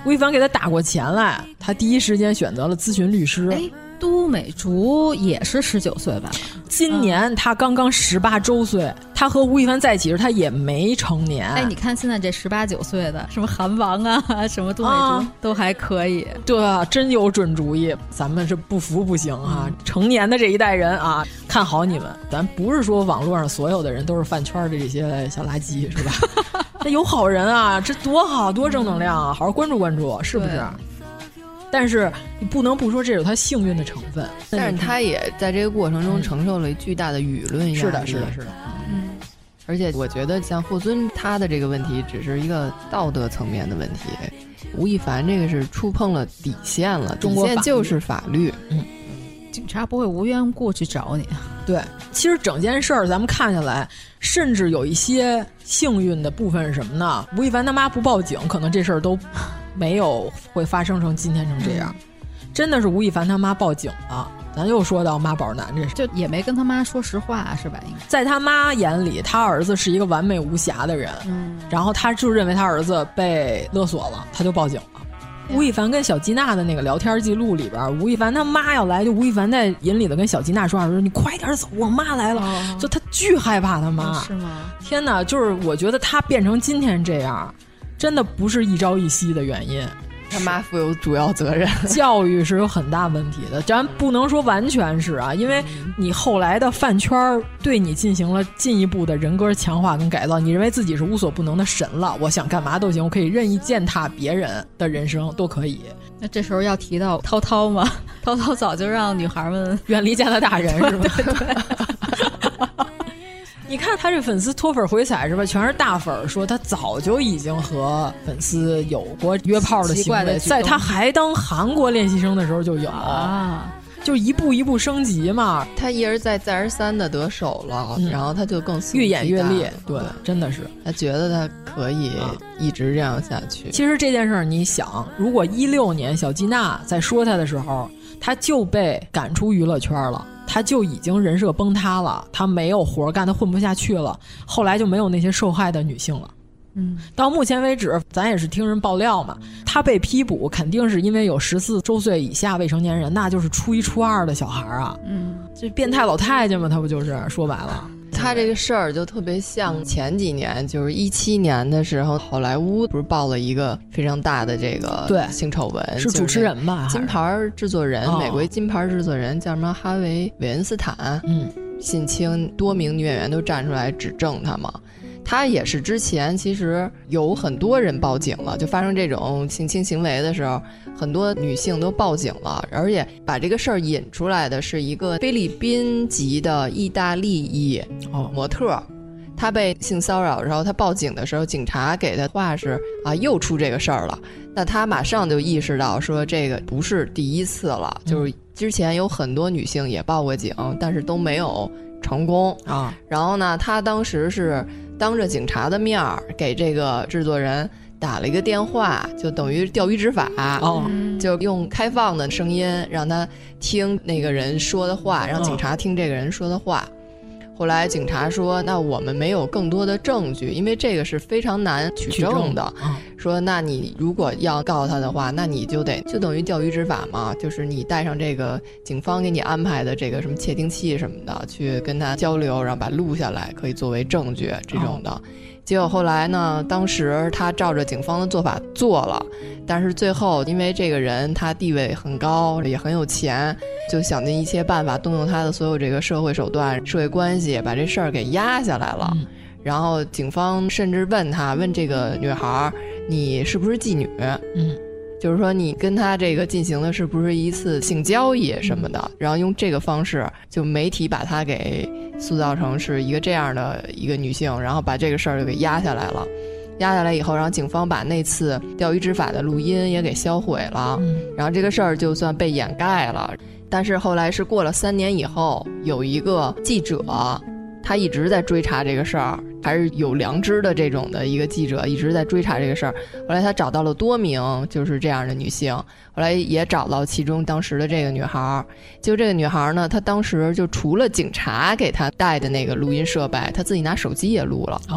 吴亦凡给他打过钱来，他第一时间选择了咨询律师。 哎，都美竹也是十九岁吧？ 今年他刚刚十八周岁，他和吴亦凡在一起时他也没成年。 哎，你看现在这十八九岁的，什么韩王啊，什么都美竹、啊、都还可以。 对啊，真有准主意，咱们是不服不行啊！嗯、成年的这一代人啊，看好你们。咱不是说网络上所有的人都是饭圈的这些小垃圾，是吧？那有好人啊，这多好，多正能量啊！好好关注关注，是不是？但是你不能不说这有他幸运的成分， 但是他也在这个过程中承受了巨大的舆论压力。 是的，是的，是的。 嗯，而且我觉得像霍尊他的这个问题只是一个道德层面的问题，吴亦凡这个是触碰了底线了，底线就是法律。 嗯，警察不会无缘无故去找你。 对，其实整件事儿咱们看下来，甚至有一些幸运的部分是什么呢？吴亦凡他妈不报警，可能这事儿都没有会发生成今天成这样。真的是吴亦凡他妈报警了，咱又说到妈宝男这事， 就也没跟他妈说实话是吧？ 在他妈眼里，他儿子是一个完美无瑕的人，嗯，然后他就认为他儿子被勒索了，他就报警了。吴亦凡跟小吉娜的那个聊天记录里边，吴亦凡他妈要来，就吴亦凡在隐里的跟小吉娜说话说：“你快点走，我妈来了。哦”就他巨害怕他妈， 是吗？ 天哪！就是我觉得他变成今天这样，真的不是一朝一夕的原因。 他妈负有主要责任， 教育是有很大问题的，咱不能说完全是啊，因为你后来的饭圈对你进行了进一步的人格强化跟改造，你认为自己是无所不能的神了，我想干嘛都行，我可以任意践踏别人的人生都可以。 那这时候要提到涛涛吗？涛涛早就让女孩们远离加拿大人是吧？ 对对对你看他这粉丝脱粉回踩是吧？全是大粉，说他早就已经和粉丝有过约炮的行为，在他还当韩国练习生的时候就有啊，就一步一步升级嘛。 他一而再再而三的得手了，嗯、然后他就更越演越烈。对，真的是他觉得他可以一直这样下去。 嗯、其实这件事儿，你想，如果一六年小吉娜在说他的时候，他就被赶出娱乐圈了。他就已经人设崩塌了，他没有活干，他混不下去了。后来就没有那些受害的女性了。嗯，到目前为止，咱也是听人爆料嘛，他被批捕肯定是因为有十四周岁以下未成年人，那就是初一初二的小孩啊。嗯，这变态老太监嘛，他不就是说白了。 他这个事儿就特别像前几年，就是一七年的时候，好莱坞不是爆了一个非常大的这个性丑闻， 是主持人吧？ 金牌制作人，哦、美国金牌制作人叫什么哈维·韦恩斯坦，嗯，性侵多名女演员都站出来指证他嘛。他也是之前其实有很多人报警了，就发生这种性侵行为的时候，很多女性都报警了，而且把这个事儿引出来的是一个菲律宾籍的意大利裔模特，他被性骚扰，然后他报警的时候，警察给他话是啊，又出这个事儿了。那他马上就意识到说这个不是第一次了，就是之前有很多女性也报过警，但是都没有成功啊。然后呢，他当时是当着警察的面儿给这个制作人打了一个电话，就等于钓鱼执法哦，就用开放的声音让他听那个人说的话，让警察听这个人说的话。后来警察说那我们没有更多的证据，因为这个是非常难取证的，说那你如果要告他的话，那你就得就等于钓鱼执法嘛，就是你带上这个警方给你安排的这个什么窃听器什么的去跟他交流，然后把录下来可以作为证据这种的。结果后来呢，当时他照着警方的做法做了，但是最后因为这个人他地位很高也很有钱，就想尽一切办法动用他的所有这个社会手段社会关系把这事儿给压下来了、嗯、然后警方甚至问他问这个女孩你是不是妓女，嗯，就是说你跟他这个进行的是不是一次性交易什么的、嗯、然后用这个方式就媒体把他给塑造成是一个这样的一个女性，然后把这个事儿就给压下来了。压下来以后，然后警方把那次钓鱼执法的录音也给销毁了、嗯、然后这个事儿就算被掩盖了。但是后来是过了三年以后，有一个记者他一直在追查这个事儿，还是有良知的这种的一个记者一直在追查这个事儿。后来他找到了多名就是这样的女性，后来也找到其中当时的这个女孩。就这个女孩呢，她当时就除了警察给她带的那个录音设备，她自己拿手机也录了哦。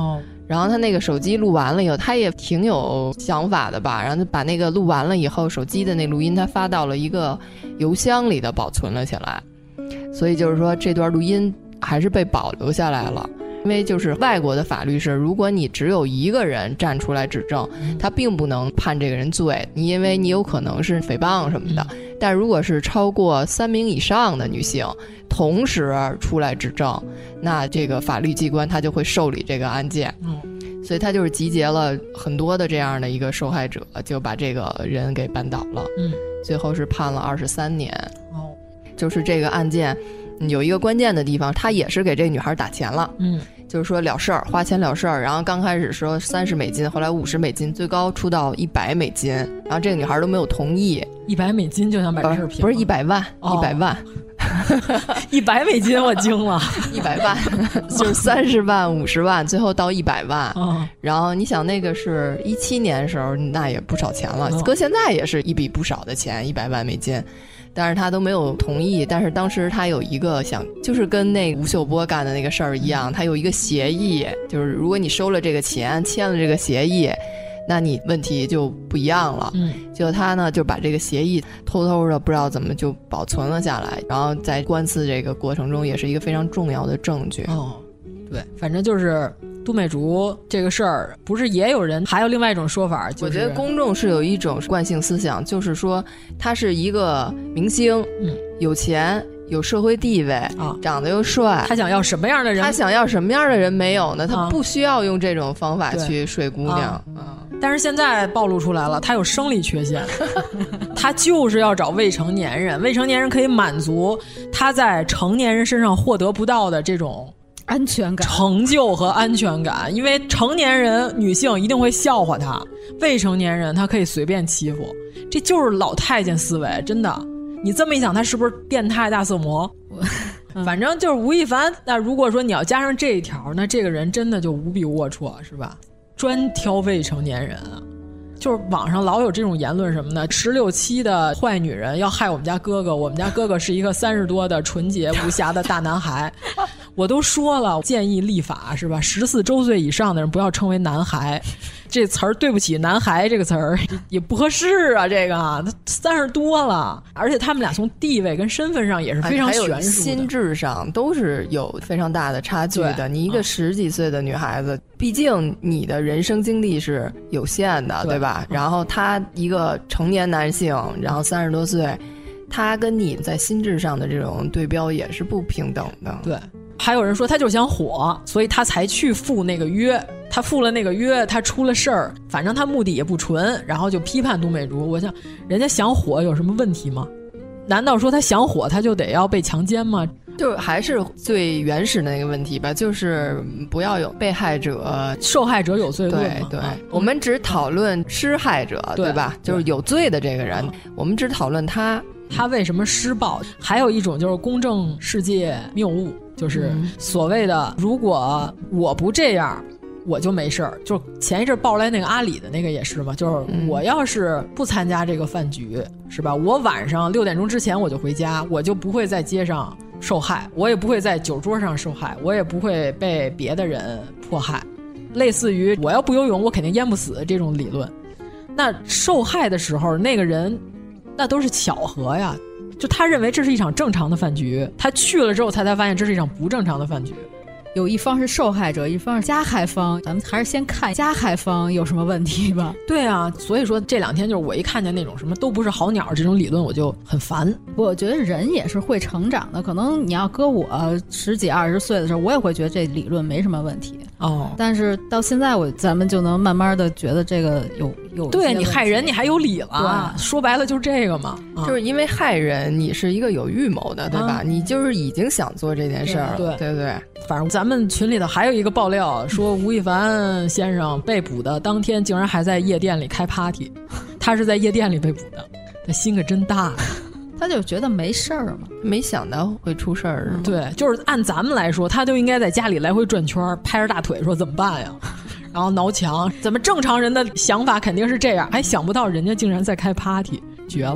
然后他那个手机录完了以后，他也挺有想法的吧，然后他把那个录完了以后，手机的那录音他发到了一个邮箱里的保存了起来，所以就是说这段录音还是被保留下来了。因为就是外国的法律是，如果你只有一个人站出来指证，他并不能判这个人罪，你因为你有可能是诽谤什么的。但如果是超过三名以上的女性同时出来指证，那这个法律机关他就会受理这个案件。嗯，所以他就是集结了很多的这样的一个受害者，就把这个人给扳倒了。嗯，最后是判了二十三年。哦，就是这个案件有一个关键的地方，他也是给这女孩打钱了。嗯，就是说了事儿，花钱了事儿。然后刚开始说三十美金，后来五十美金，最高出到一百美金。然后这个女孩都没有同意。 一百美金就想把这事儿平？ 不是一百万，一百万， 一百美金我惊了， 一百万就是三十万、五十万，最后到一百万。哦，然后你想那个是一七年的时候，那也不少钱了，搁现在也是一笔不少的钱，一百万美金。但是他都没有同意，但是当时他有一个想，就是跟那吴秀波干的那个事儿一样，他有一个协议，就是如果你收了这个钱，签了这个协议，那你问题就不一样了。嗯，结果他呢就把这个协议偷偷的不知道怎么就保存了下来，然后在官司这个过程中也是一个非常重要的证据。 哦，对，反正就是都美竹这个事儿，不是也有人，还有另外一种说法，就是、 我觉得公众是有一种惯性思想，就是说他是一个明星，嗯，有钱有社会地位啊，长得又帅， 他想要什么样的人？ 他想要什么样的人没有呢？他不需要用这种方法去睡姑娘。 啊啊但是现在暴露出来了，他有生理缺陷，他就是要找未成年人，未成年人可以满足他在成年人身上获得不到的这种安全感、 成就和安全感。因为成年人女性一定会笑话他，未成年人他可以随便欺负，这就是老太监思维，真的。你这么一想，他是不是变态大色魔？反正就是吴亦凡。那如果说你要加上这一条，那这个人真的就无比龌龊，是吧？专挑未成年人啊，就是网上老有这种言论什么的，十六七的坏女人要害我们家哥哥，我们家哥哥是一个三十多的纯洁无瑕的大男孩。我都说了，建议立法是吧？十四周岁以上的人不要称为男孩，这词儿对不起男孩这个词儿也不合适啊。这个他三十多了，而且他们俩从地位跟身份上也是非常悬殊的， 心智上都是有非常大的差距的。你一个十几岁的女孩子，嗯、毕竟你的人生经历是有限的， 对, 对吧？嗯、然后他一个成年男性，然后三十多岁，他跟你在心智上的这种对标也是不平等的。 对。还有人说他就想火，所以他才去赴那个约，他赴了那个约，他出了事儿，反正他目的也不纯，然后就批判都美竹。我想人家想火有什么问题吗？难道说他想火他就得要被强奸吗？ 就还是最原始的那个问题吧，就是不要有被害者， 受害者有罪论嘛。 对对、 啊， 我们只讨论施害者， 对, 对吧？就是有罪的这个人，我们只讨论他他为什么施暴。还有一种就是公正世界谬误，就是所谓的如果我不这样我就没事儿。就前一阵爆来那个阿里的那个也是嘛，就是我要是不参加这个饭局，是吧？我晚上六点钟之前我就回家，我就不会在街上受害，我也不会在酒桌上受害，我也不会被别的人迫害。类似于我要不游泳我肯定淹不死这种理论。那受害的时候那个人那都是巧合呀，就他认为这是一场正常的饭局，他去了之后才才发现这是一场不正常的饭局。 有一方是受害者，一方是加害方，咱们还是先看加害方有什么问题吧。 对啊，所以说这两天就是我一看见那种什么都不是好鸟这种理论我就很烦。 我觉得人也是会成长的，可能你要搁我十几二十岁的时候，我也会觉得这理论没什么问题哦。但是到现在我咱们就能慢慢的觉得这个有有对你害人你还有理了，说白了就是这个嘛、 啊、就是因为害人你是一个有预谋的，对吧、啊、你就是已经想做这件事儿了， 对对对。 反正咱们群里头还有一个爆料说吴亦凡先生被捕的当天竟然还在夜店里开 party， 他是在夜店里被捕的，他心可真大。 他就觉得没事儿嘛， 没想到会出事儿。 对，就是按咱们来说他就应该在家里来回转圈拍着大腿说怎么办呀，然后挠墙。怎么正常人的想法肯定是这样，还想不到人家竟然在开 party， 绝了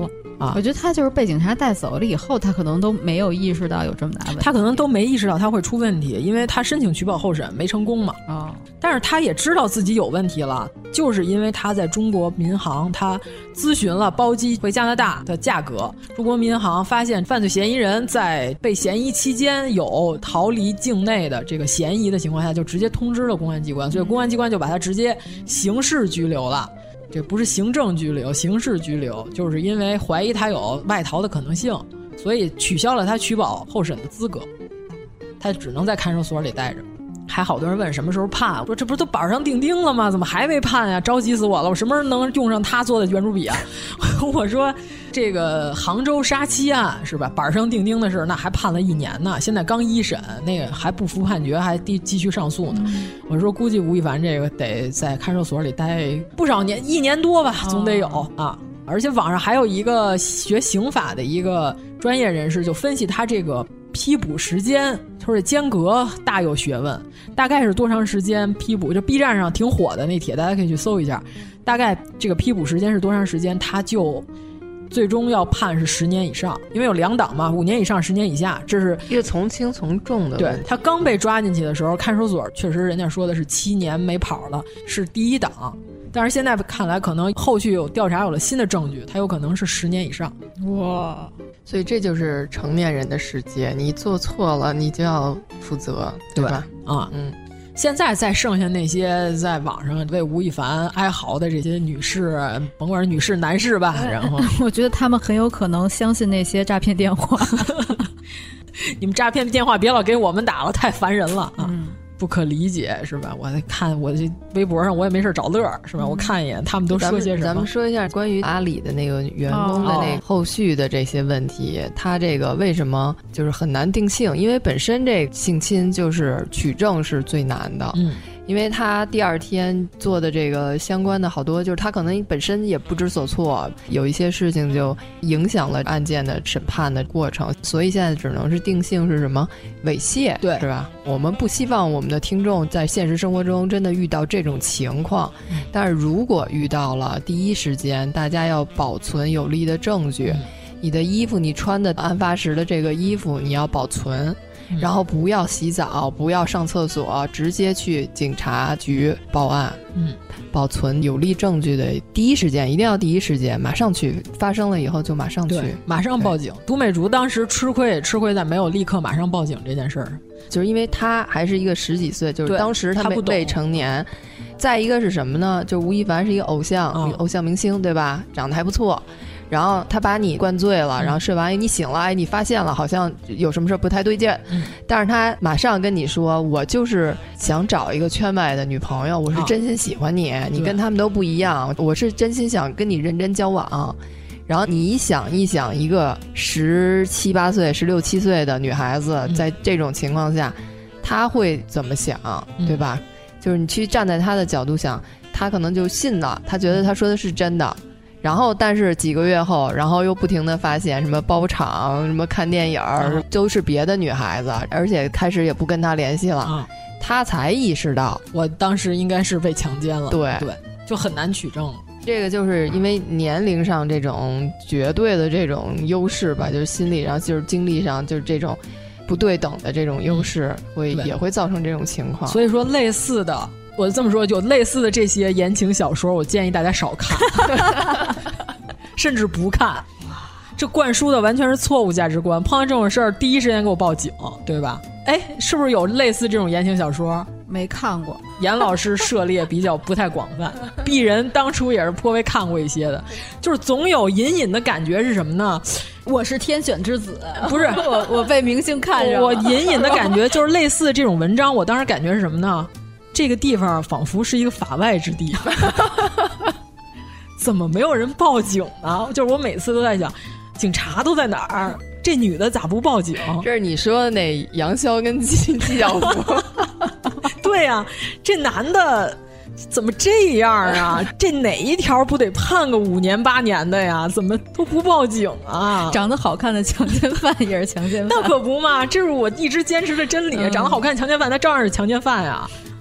啊。 我觉得他就是被警察带走了以后，他可能都没有意识到有这么大问题， 他可能都没意识到他会出问题，因为他申请取保候审没成功嘛。 哦， 但是他也知道自己有问题了，就是因为他在中国民航，他咨询了包机回加拿大的价格，中国民航发现犯罪嫌疑人在被嫌疑期间有逃离境内的这个嫌疑的情况下，就直接通知了公安机关，所以公安机关就把他直接刑事拘留了。这不是行政拘留，刑事拘留，就是因为怀疑他有外逃的可能性，所以取消了他取保候审的资格，他只能在看守所里待着。还好多人问什么时候判，我说这不是都板上钉钉了吗？怎么还没判呀？着急死我了！我什么时候能用上他做的圆珠笔啊？我说这个杭州杀妻案是吧？板上钉钉的事，那还判了一年呢，现在刚一审，那个还不服判决，还继继续上诉呢。嗯、我说估计吴亦凡这个得在看守所里待不少年，一年多吧，总得有、哦、啊。而且网上还有一个学刑法的一个专业人士就分析他这个批捕时间，说这间隔大有学问，大概是多长时间批捕？就 B 站上挺火的那帖，大家可以去搜一下。大概这个批捕时间是多长时间，他就最终要判是十年以上，因为有两档嘛，五年以上，十年以下，这是一个从轻从重的问题。 对，他刚被抓进去的时候，看守所确实人家说的是七年没跑了，是第一档。但是现在看来，可能后续有调查有了新的证据，他有可能是十年以上。 哇！所以这就是成年人的世界，你做错了，你就要负责，对吧？ 对啊，嗯。现在再剩下那些在网上为吴亦凡哀嚎的这些女士，甭管是女士男士吧，然后我觉得他们很有可能相信那些诈骗电话。 你们诈骗电话别老给我们打了，太烦人了啊！嗯，不可理解是吧？我在看我这微博上，我也没事找乐是吧？我看一眼他们都说些什么。 咱们说一下关于阿里的那个员工的那后续的这些问题，哦、他这个为什么就是很难定性？因为本身这性侵就是取证是最难的。嗯。因为他第二天做的这个相关的好多，就是他可能本身也不知所措，有一些事情就影响了案件的审判的过程，所以现在只能是定性是什么猥亵， 对， 是吧？我们不希望我们的听众在现实生活中真的遇到这种情况，嗯、但是如果遇到了，第一时间大家要保存有力的证据，嗯、你的衣服，你穿的案发时的这个衣服，你要保存。然后不要洗澡，不要上厕所，直接去警察局报案。嗯，保存有力证据的第一时间，一定要第一时间，马上去，发生了以后就马上去， 马上报警。都美竹当时吃亏，吃亏在没有立刻马上报警这件事儿， 就是因为他还是一个十几岁，就是当时他未成年。再一个是什么呢？就是吴亦凡是一个偶像，嗯、偶像明星，对吧？长得还不错。然后他把你灌醉了，然后睡完，你醒了，哎，你发现了好像有什么事不太对劲，嗯、但是他马上跟你说，我就是想找一个圈外的女朋友，我是真心喜欢你，啊、你跟他们都不一样，我是真心想跟你认真交往。然后你想一想，一个十七八岁、十六七岁的女孩子，在这种情况下，嗯、她会怎么想，对吧？嗯、就是你去站在她的角度想，她可能就信了，她觉得她说的是真的。然后，但是几个月后，然后又不停的发现什么包场、什么看电影，嗯、都是别的女孩子，而且开始也不跟他联系了，嗯、他才意识到， 我当时应该是被强奸了。 对对，就很难取证。 这个就是因为年龄上这种绝对的这种优势吧，就是心理上，就是精力上，就是这种不对等的这种优势，会也会造成这种情况。 所以说，类似的。我这么说，有类似的这些言情小说，我建议大家少看，甚至不看。这灌输的完全是错误价值观。碰到这种事儿，第一时间给我报警，对吧？哎，是不是有类似这种言情小说？ 没看过。 严老师涉猎比较不太广泛，鄙人当初也是颇为看过一些的，就是总有隐隐的感觉是什么呢？ 我是天选之子， 不是我，我被明星看上了。 我隐隐的感觉就是类似这种文章，我当时感觉是什么呢？这个地方仿佛是一个法外之地，怎么没有人报警呢？就是我每次都在想，警察都在哪儿？这女的咋不报警？ 这是你说的那杨逍跟纪纪晓芙。 对呀、啊，这男的怎么这样啊？这哪一条不得判个五年八年的呀？怎么都不报警啊？ 长得好看的强奸犯也是强奸犯， 那可不嘛！这是我一直坚持的真理。嗯、长得好看的强奸犯，他照样是强奸犯呀。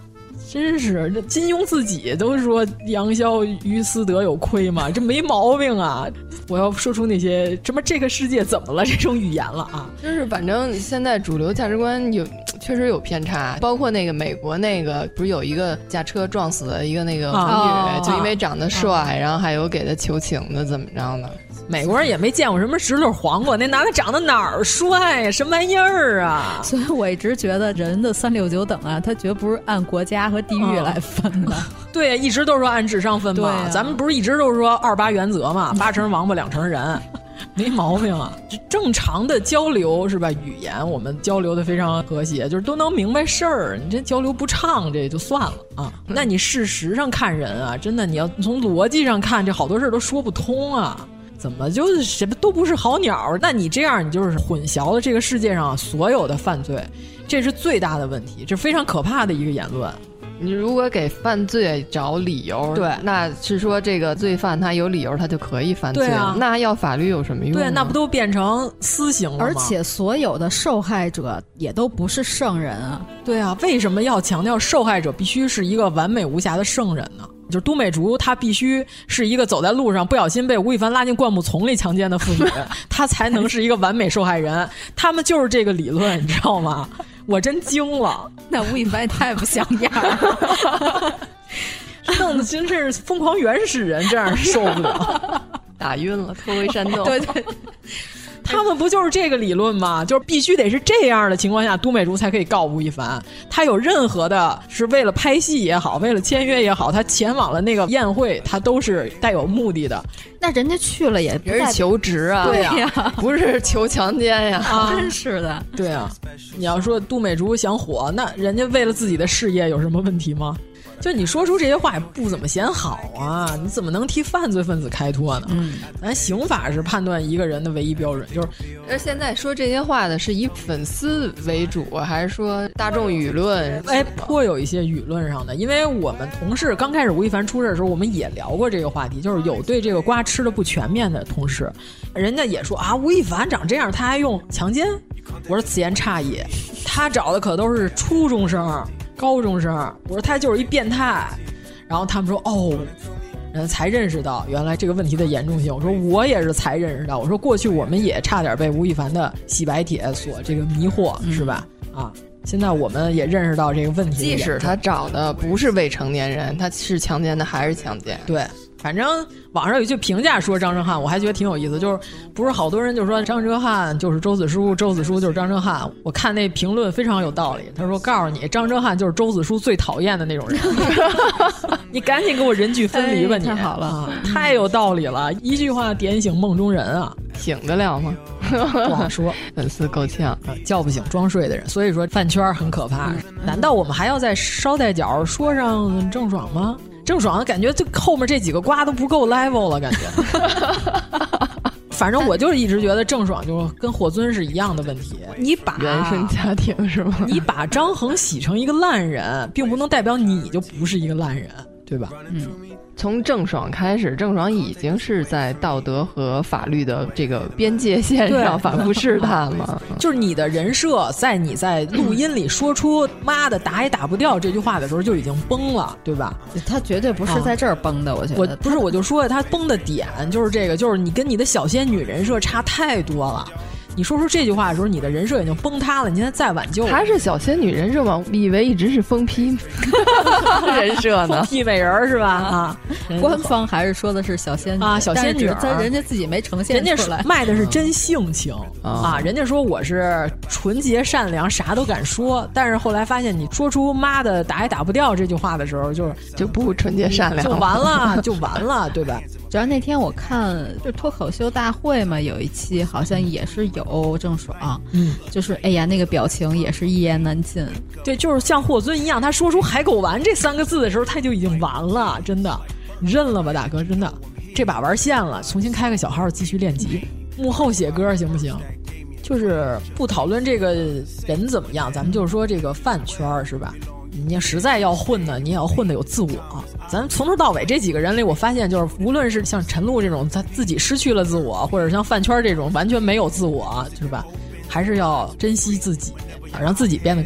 真是这金庸自己都说杨逍于私德有亏嘛，这没毛病啊！我要说出那些什么这个世界怎么了这种语言了啊！ 就是反正现在主流价值观有确实有偏差，包括那个美国那个不是有一个驾车撞死的一个那个妇女、啊，就因为长得帅、啊，然后还有给他求情的怎么着呢？ 美国人也没见过什么石榴黄瓜，那男的长得哪儿帅呀？什么玩意儿啊？ 所以我一直觉得人的三六九等啊，他绝不是按国家和地域来分的。 嗯、对，一直都是说按智商分嘛、啊。咱们不是一直都是说二八原则嘛，八成王八两成人。没毛病啊，正常的交流是吧？语言我们交流的非常和谐，就是都能明白事儿。你这交流不畅，这就算了啊。那你事实上看人啊，真的你要从逻辑上看，这好多事儿都说不通啊。怎么就是什么都不是好鸟？那你这样，你就是混淆了这个世界上所有的犯罪，这是最大的问题，这非常可怕的一个言论。 你如果给犯罪找理由， 对， 那是说这个罪犯他有理由，他就可以犯罪。 对啊， 那要法律有什么用？ 对，那不都变成私刑了吗？ 而且所有的受害者也都不是圣人啊。 对啊，为什么要强调受害者必须是一个完美无瑕的圣人呢？就是都美竹，她必须是一个走在路上不小心被吴亦凡拉进灌木丛里强奸的妇女，她才能是一个完美受害人。他们就是这个理论，你知道吗？我真惊了， 那吴亦凡也太不像样了， 弄得真是疯狂原始人，这样受不了， 打晕了，脱回山洞。 对对。 他们不就是这个理论吗？就是必须得是这样的情况下，都美竹才可以告吴亦凡。他有任何的是为了拍戏也好，为了签约也好，他前往了那个宴会，他都是带有目的的。 那人家去了也人是求职啊， 对呀、啊， 不是求强奸呀、 啊，真是的。 对啊，你要说都美竹想火，那人家为了自己的事业有什么问题吗？就你说出这些话也不怎么显好啊！你怎么能替犯罪分子开脱呢？嗯，咱刑法是判断一个人的唯一标准，就是。 而现在说这些话的是以粉丝为主，还是说大众舆论？ 哎，颇有一些舆论上的，因为我们同事刚开始吴亦凡出事的时候，我们也聊过这个话题，就是有对这个瓜吃的不全面的同事，人家也说啊，吴亦凡长这样，他还用强奸？我说此言差矣，他找的可都是初中生。高中生，我说他就是一变态，然后他们说哦，人才认识到原来这个问题的严重性。我说我也是才认识到，我说过去我们也差点被吴亦凡的洗白帖所这个迷惑，嗯、是吧？啊，现在我们也认识到这个问题。 即使他找的不是未成年人，他是强奸的还是强奸？ 对。反正网上有一句评价说张哲瀚，我还觉得挺有意思，就是不是好多人就说张哲瀚就是周子舒，周子舒就是张哲瀚。我看那评论非常有道理，他说告诉你张哲瀚就是周子舒最讨厌的那种人，你赶紧给我人剧分离吧你！ 太好了、 啊，太有道理了，一句话点醒梦中人啊， 醒得了吗？ 不好说， 粉丝够呛， 叫不醒装睡的人。所以说饭圈很可怕。难道我们还要再捎带脚说上郑爽吗？郑爽感觉这后面这几个瓜都不够 level 了，感觉。反正我就是一直觉得郑爽就跟霍尊是一样的问题。你把原生家庭是吗？ 你把张恒洗成一个烂人，并不能代表你就不是一个烂人，对吧？ 嗯。从郑爽开始，郑爽已经是在道德和法律的这个边界线上反复试探了。 就是你的人设，在你在录音里说出“妈的打也打不掉”这句话的时候，就已经崩了，对吧？ 他绝对不是在这儿崩的，啊、我觉得。 我不是，我就说他崩的点就是这个，就是你跟你的小仙女人设差太多了。你说出这句话的时候，你的人设已经崩塌了，你现在再挽救还是小仙女人设吗？以为一直是疯批人设呢， 疯批美人是吧？啊， 官方还是说的是小仙女啊，小仙女， 但人家自己没呈现出来， 人家卖的是真性情、嗯、啊，人家说我是纯洁善良，啥都敢说，但是后来发现你说出妈的打也打不掉这句话的时候，就是就不纯洁善良， 就完了，就完了，对吧？ 主要那天我看就脱口秀大会嘛，有一期好像也是有郑爽，嗯，就是哎呀那个表情也是一言难尽。 对，就是像霍尊一样，他说出海狗丸这三个字的时候，他就已经完了，真的，认了吧大哥，真的，这把玩线了，重新开个小号继续练级，幕后写歌行不行？就是不讨论这个人怎么样，咱们就是说这个饭圈是吧？你实在要混呢，你也要混得有自我。咱从头到尾这几个人里，我发现就是无论是像陈露这种他自己失去了自我，或者像饭圈这种完全没有自我，是吧？还是要珍惜自己，让自己变得更好。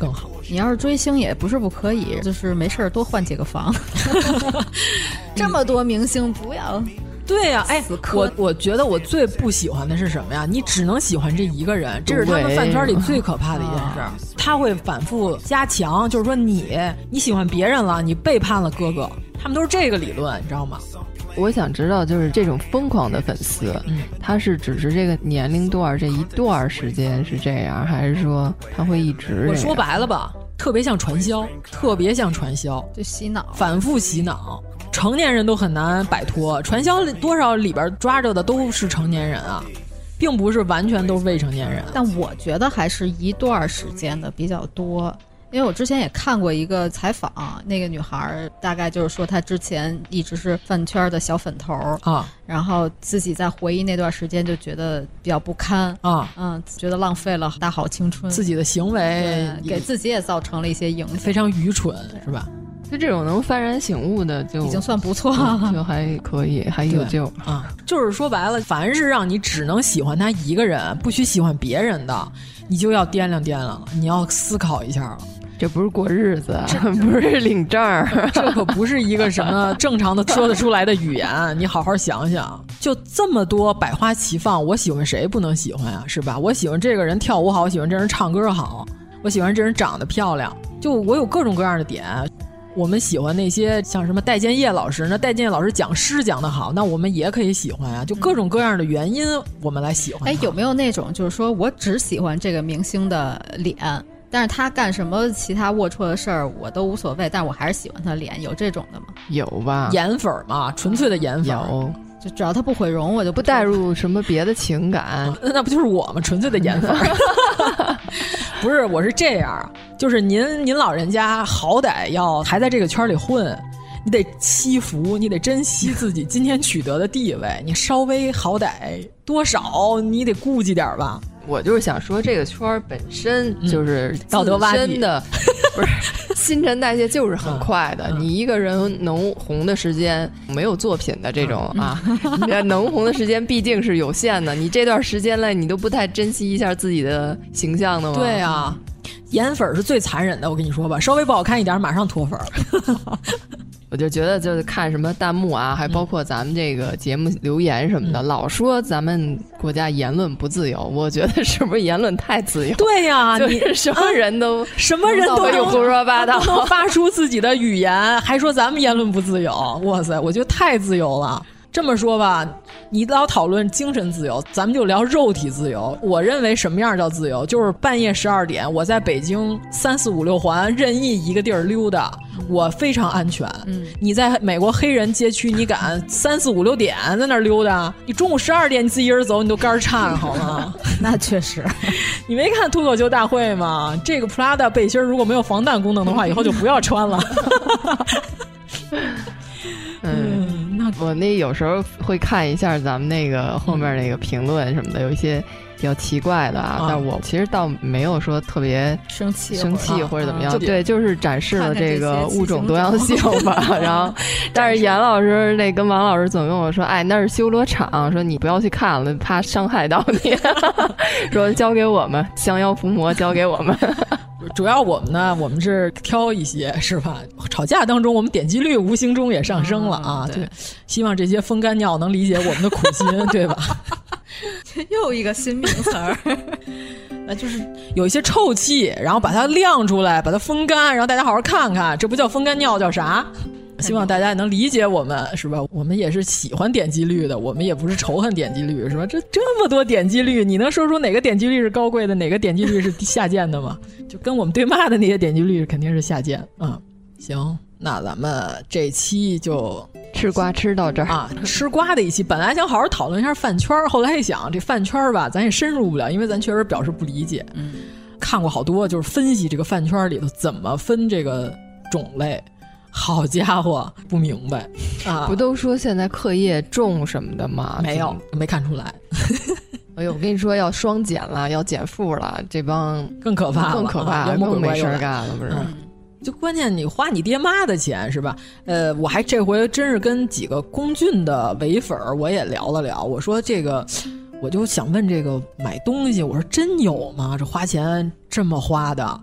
你要是追星也不是不可以，就是没事多换几个房。这么多明星不要。 对呀、啊，哎，我我觉得我最不喜欢的是什么呀？你只能喜欢这一个人，这是他们饭圈里最可怕的一件事。他会反复加强，就是说你你喜欢别人了，你背叛了哥哥，他们都是这个理论，你知道吗？ 我想知道，就是这种疯狂的粉丝，嗯，他是只是这个年龄段这一段时间是这样，还是说他会一直这样？ 我说白了吧，特别像传销，特别像传销， 就洗脑， 反复洗脑。成年人都很难摆脱传销，多少里边抓着的都是成年人啊，并不是完全都是未成年人。 但我觉得还是一段时间的比较多，因为我之前也看过一个采访，那个女孩大概就是说她之前一直是饭圈的小粉头啊， 然后自己在回忆那段时间就觉得比较不堪啊， 嗯，觉得浪费了大好青春， 自己的行为给自己也造成了一些影响， 非常愚蠢，是吧？ 就这种能幡然醒悟的就已经算不错了， 就还可以，还有救啊！就是说白了，凡是让你只能喜欢他一个人，不许喜欢别人的，你就要掂量掂量了，你要思考一下了。 这不是过日子，不是领证儿， 这可不是一个什么正常的说得出来的语言。你好好想想，就这么多百花齐放，我喜欢谁不能喜欢呀？是吧？我喜欢这个人跳舞好，我喜欢这人唱歌好，我喜欢这人长得漂亮，就我有各种各样的点。我们喜欢那些像什么戴建业老师，那戴建业老师讲诗讲得好，那我们也可以喜欢啊，就各种各样的原因我们来喜欢。 哎，有没有那种就是说我只喜欢这个明星的脸，但是他干什么其他龌龊的事儿我都无所谓，但是我还是喜欢他脸，有这种的吗？ 有吧， 颜粉嘛，纯粹的颜粉。 有， 就只要他不毁容，我就不带入什么别的情感， 那不就是我们纯粹的颜粉？不是，我是这样，就是您您老人家好歹要还在这个圈里混，你得惜福，你得珍惜自己今天取得的地位，你稍微好歹多少你得顾忌点吧。 我就是想说，这个圈本身就是道德洼地的，不是新陈代谢就是很快的。嗯、你一个人能红的时间，没有作品的这种、嗯、啊，你能红的时间毕竟是有限的。你这段时间内，你都不太珍惜一下自己的形象的吗？ 对啊，颜粉是最残忍的，我跟你说吧，稍微不好看一点，马上脱粉。 我就觉得就是看什么弹幕啊，还包括咱们这个节目留言什么的，嗯、老说咱们国家言论不自由，我觉得是不是言论太自由？ 对呀、啊， 你什么人都、啊、 什么人都有胡说八道， 都能发出自己的语言，还说咱们言论不自由？哇塞，我觉得太自由了。这么说吧，你老讨论精神自由，咱们就聊肉体自由。我认为什么样叫自由，就是半夜十二点，我在北京三四五六环任意一个地儿溜达，我非常安全。嗯，你在美国黑人街区，你敢三四五六点在那儿溜达？你中午十二点你自己一人走，你都肝颤好吗？ 那确实， 你没看脱口秀大会吗？这个 Prada 背心如果没有防弹功能的话，以后就不要穿了。 嗯，那我那有时候会看一下咱们那个后面那个评论什么的，有一些比较奇怪的啊，但我其实倒没有说特别生气生气或者怎么样，对，就是展示了这个物种多样性吧。然后，但是严老师那跟王老师总跟我说，哎，那是修罗场，说你不要去看了，怕伤害到你。说交给我们，降妖伏魔交给我们。 主要我们呢，我们是挑一些是吧？吵架当中，我们点击率无形中也上升了啊。 嗯、对， 希望这些风干尿能理解我们的苦心，对吧？ 又一个新名词儿， 那就是有一些臭气，然后把它晾出来，把它风干，然后大家好好看看，这不叫风干尿，叫啥？希望大家也能理解我们，是吧？我们也是喜欢点击率的，我们也不是仇恨点击率，是吧？这这么多点击率，你能说出哪个点击率是高贵的，哪个点击率是下贱的吗？就跟我们对骂的那些点击率肯定是下贱。嗯，行，那咱们这期就吃瓜吃到这儿啊，吃瓜的一期。本来想好好讨论一下饭圈，后来一想，这饭圈吧，咱也深入不了，因为咱确实表示不理解。嗯，看过好多，就是分析这个饭圈里头怎么分这个种类。好家伙，不明白啊！ 不都说现在课业重什么的吗？ 没有，没看出来。 哎呦，我跟你说，要双减了，要减负了，这帮更可怕了， 更可怕， 啊、 更没事干了，不是？ 嗯、就关键你花你爹妈的钱是吧？呃，我还这回真是跟几个龚俊的伪粉我也聊了聊，我说这个。我就想问这个买东西，我说真有吗？这花钱这么花的，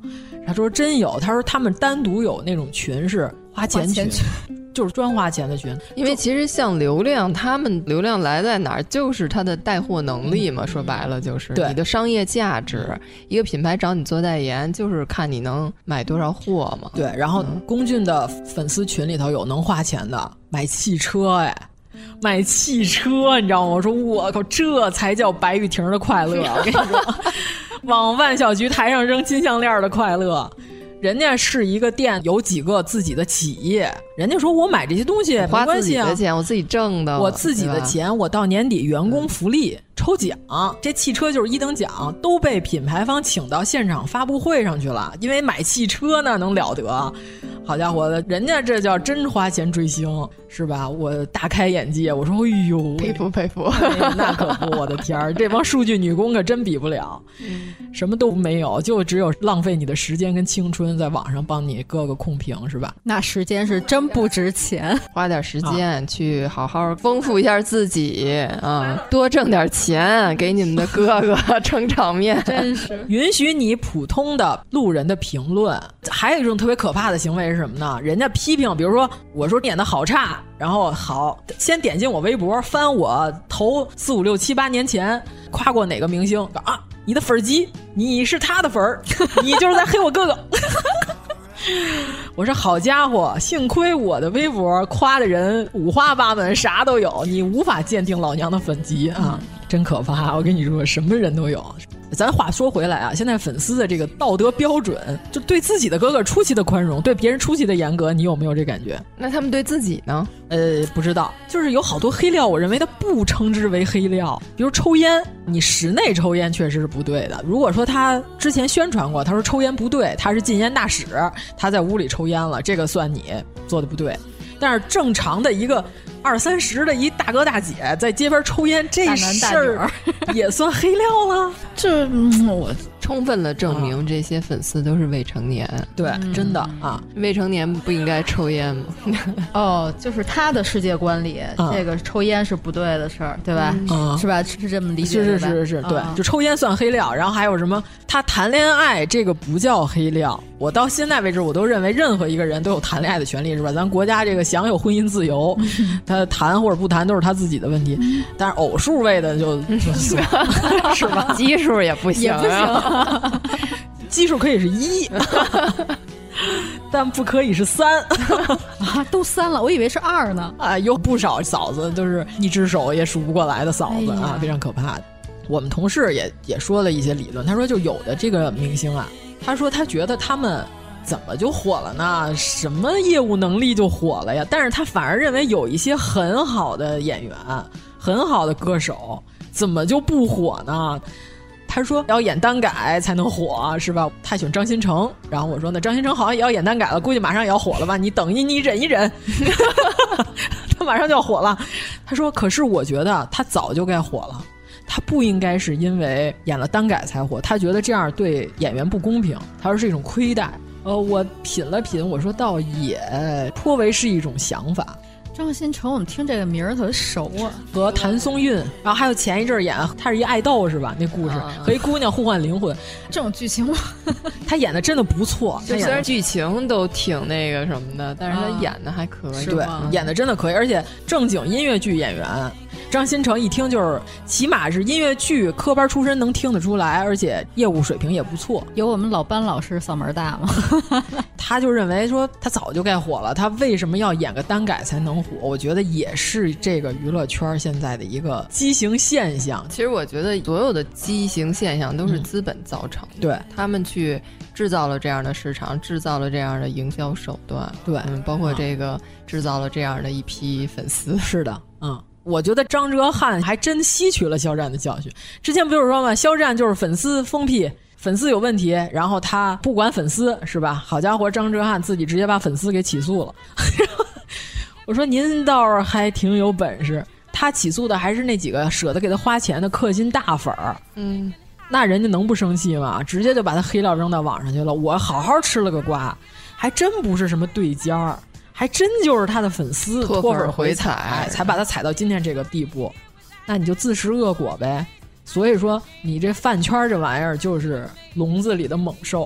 他说真有，他说他们单独有那种群是花钱群，就是专花钱的群。 因为其实像流量，他们流量来在哪儿，就是它的带货能力嘛。说白了就是你的商业价值。一个品牌找你做代言，就是看你能买多少货嘛。 对，然后龚俊的粉丝群里头有能花钱的，买汽车哎。买汽车，你知道吗？我说我靠，这才叫白玉婷的快乐！我跟你说，往万小菊台上扔金项链的快乐。人家是一个店，有几个自己的企业，人家说我买这些东西没关系啊， 花自己的钱，我自己挣的， 我自己的钱，我到年底员工福利抽奖，这汽车就是一等奖，都被品牌方请到现场发布会上去了。因为买汽车那能了得？好家伙的，人家这叫真花钱追星，是吧？我大开眼界，我说哎呦， 佩服佩服， 哎、那可不，我的天儿，这帮数据女工可真比不了，什么都没有，就只有浪费你的时间跟青春，在网上帮你各个控评，是吧？ 那时间是真不值钱， 花点时间去好好丰富一下自己啊，多挣点钱给你们的哥哥撑场面， 真是允许你普通的路人的评论。还有一种特别可怕的行为是什么呢？人家批评，比如说我说演的好差，然后好先点进我微博，翻我头四五六七八年前夸过哪个明星啊，你的粉机你是他的粉儿，你就是在黑我哥哥。我说好家伙，幸亏我的微博夸的人五花八门，啥都有，你无法鉴定老娘的粉级啊，真可怕！我跟你说，什么人都有。咱话说回来啊，现在粉丝的这个道德标准，就对自己的哥哥出奇的宽容，对别人出奇的严格，你有没有这感觉？ 那他们对自己呢？ 呃，不知道，就是有好多黑料，我认为他不称之为黑料。比如抽烟，你室内抽烟确实是不对的。如果说他之前宣传过，他说抽烟不对，他是禁烟大使，他在屋里抽烟了，这个算你做的不对。但是正常的一个二三十的一大哥大姐在街边抽烟，这事儿也算黑料了。 这、嗯、我充分的证明这些粉丝都是未成年。 对、嗯，真的啊， 未成年不应该抽烟吗？ 哦，就是他的世界观里，啊、这个抽烟是不对的事儿，对吧？ 嗯、 是吧？是这么理解的？是是是是，对，啊、就抽烟算黑料。然后还有什么？他谈恋爱这个不叫黑料。我到现在为止，我都认为任何一个人都有谈恋爱的权利，是吧？咱国家这个享有婚姻自由，他谈或者不谈都是他自己的问题。但是偶数位的就，是吧？ 奇数也不行， 也不行。 奇数可以是一，但不可以是三啊！都三了，我以为是二呢。 啊，有不少嫂子都是一只手也数不过来的嫂子啊，哎、非常可怕的。我们同事也也说了一些理论，他说就有的这个明星啊，他说他觉得他们怎么就火了呢？什么业务能力就火了呀？但是他反而认为有一些很好的演员、很好的歌手，怎么就不火呢？他说要演单改才能火，是吧？他喜欢张新成，然后我说那张新成好像也要演单改了，估计马上也要火了吧？你等一，你忍一忍，他马上就要火了。他说，可是我觉得他早就该火了。他不应该是因为演了单改才火，他觉得这样对演员不公平，他说是一种亏待。呃，我品了品，我说倒也颇为是一种想法。 张新成，我们听这个名儿特别熟啊， 和谭松韵，然后还有前一阵演他是一爱豆是吧？那故事、啊、和一姑娘互换灵魂， 这种剧情他演的真的不错。 就虽然剧情都挺那个什么的，但是他演的还可以， 对，演的真的可以，而且正经音乐剧演员。张新成一听就是起码是音乐剧科班出身，能听得出来，而且业务水平也不错。 有我们老班老师嗓门大吗？ 他就认为说他早就该火了，他为什么要演个单改才能火？我觉得也是这个娱乐圈现在的一个畸形现象。 其实我觉得所有的畸形现象都是资本造成的、 嗯、对， 他们去制造了这样的市场，制造了这样的营销手段， 对， 嗯，包括这个、嗯、制造了这样的一批粉丝。 是的，嗯。我觉得张哲瀚还真吸取了肖战的教训。之前不就是说吗？肖战就是粉丝疯批，粉丝有问题，然后他不管粉丝，是吧？好家伙，张哲瀚自己直接把粉丝给起诉了。我说您倒是还挺有本事，他起诉的还是那几个舍得给他花钱的氪金大粉儿。 嗯， 那人家能不生气吗？直接就把他黑料扔到网上去了。我好好吃了个瓜，还真不是什么对家儿。还真就是他的粉丝脱粉回踩， 才把他踩到今天这个地步。那你就自食恶果呗。所以说，你这饭圈这玩意儿就是笼子里的猛兽。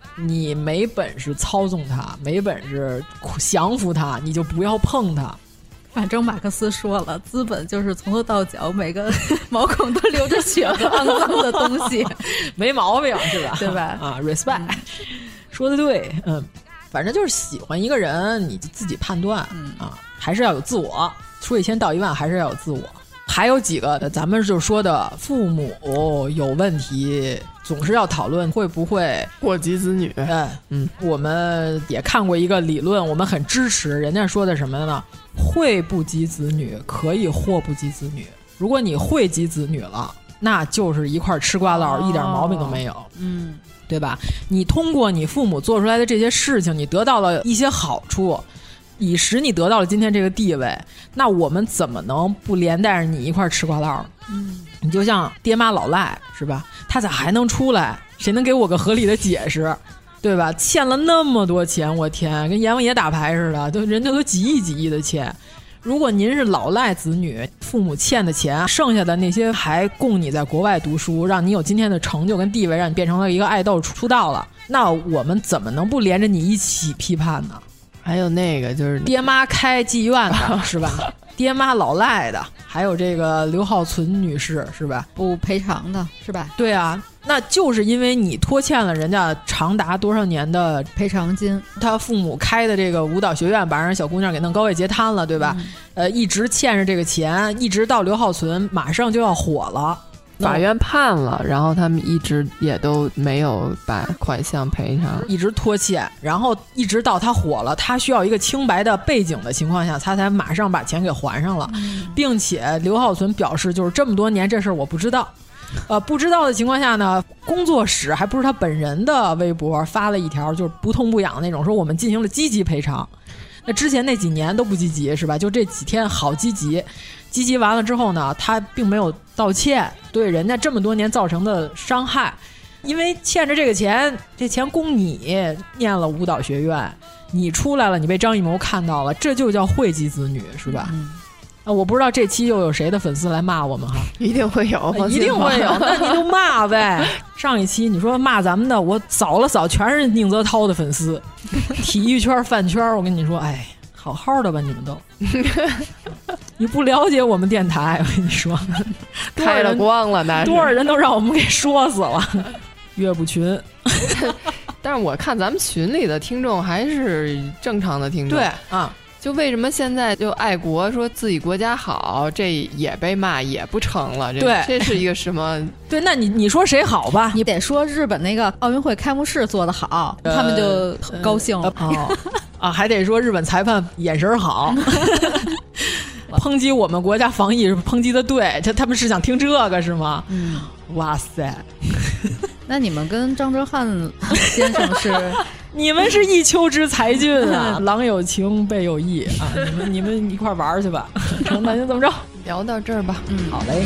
你没本事操纵他，没本事降服他，你就不要碰他。 反正马克思说了，资本就是从头到脚每个毛孔都流着血和肮脏的东西， 没毛病是吧？ 对吧？ 啊 ，respect，、嗯、说的对，嗯，反正就是喜欢一个人，你自己判断，嗯啊，还是要有自我。说一千道一万，还是要有自我。还有几个，咱们就说的父母有问题，总是要讨论会不会祸及子女。 嗯嗯，我们也看过一个理论，我们很支持。人家说的什么呢？惠不及子女，可以祸不及子女。如果你惠及子女了，那就是一块吃瓜烙，哦、一点毛病都没有。 嗯， 对吧？你通过你父母做出来的这些事情，你得到了一些好处。以使你得到了今天这个地位，那我们怎么能不连带着你一块吃瓜烙？ 嗯， 你就像爹妈老赖是吧？他咋还能出来？谁能给我个合理的解释？对吧？欠了那么多钱，我天，跟阎王爷打牌似的，都人家都几亿几亿的欠。如果您是老赖子女，父母欠的钱，剩下的那些还供你在国外读书，让你有今天的成就跟地位，让你变成了一个爱豆出道了，那我们怎么能不连着你一起批判呢？ 还有那个就是爹妈开妓院的是吧？爹妈老赖的，还有这个刘浩存女士是吧？ 不赔偿的是吧？ 对啊，那就是因为你拖欠了人家长达多少年的赔偿金， 他父母开的这个舞蹈学院把人小姑娘给弄高位截瘫了，对吧？嗯、呃，一直欠着这个钱，一直到刘浩存马上就要火了。 法院判了，然后他们一直也都没有把款项赔偿， 一直拖欠，然后一直到他火了，他需要一个清白的背景的情况下，他才马上把钱给还上了，嗯、并且刘浩存表示，就是这么多年这事儿我不知道，呃，不知道的情况下呢，工作室还不是他本人的微博发了一条，就是不痛不痒的那种，说我们进行了积极赔偿。那之前那几年都不积极是吧？就这几天好积极。积极完了之后呢，他并没有道歉，对人家这么多年造成的伤害，因为欠着这个钱，这钱供你念了舞蹈学院，你出来了，你被张艺谋看到了，这就叫惠及子女，是吧？ 嗯啊，我不知道这期又有谁的粉丝来骂我们哈， 一定会有， 一定会有，那你就骂呗。上一期你说骂咱们的，我扫了扫，全是宁泽涛的粉丝，体育圈、饭圈，我跟你说，哎。好好的吧，你们都，你不了解我们电台，我跟你说， 开了光了，那多少人都让我们给说死了，岳不群。 但是我看咱们群里的听众还是正常的听众， 对啊， 就为什么现在就爱国说自己国家好，这也被骂也不成了？这对， 这是一个什么？ 对，那你你说谁好吧？ 你得说日本那个奥运会开幕式做得好，呃、他们就很高兴了。 呃呃哦啊，还得说日本裁判眼神好，抨击我们国家防疫抨击的对，他他们是想听这个是吗？ 嗯， 哇塞， 那你们跟张哲瀚先生是， 你们是一丘之才俊啊，郎有情妹有意啊，你们你们一块玩去吧，成，那就这么着， 聊到这儿吧， 嗯，好嘞。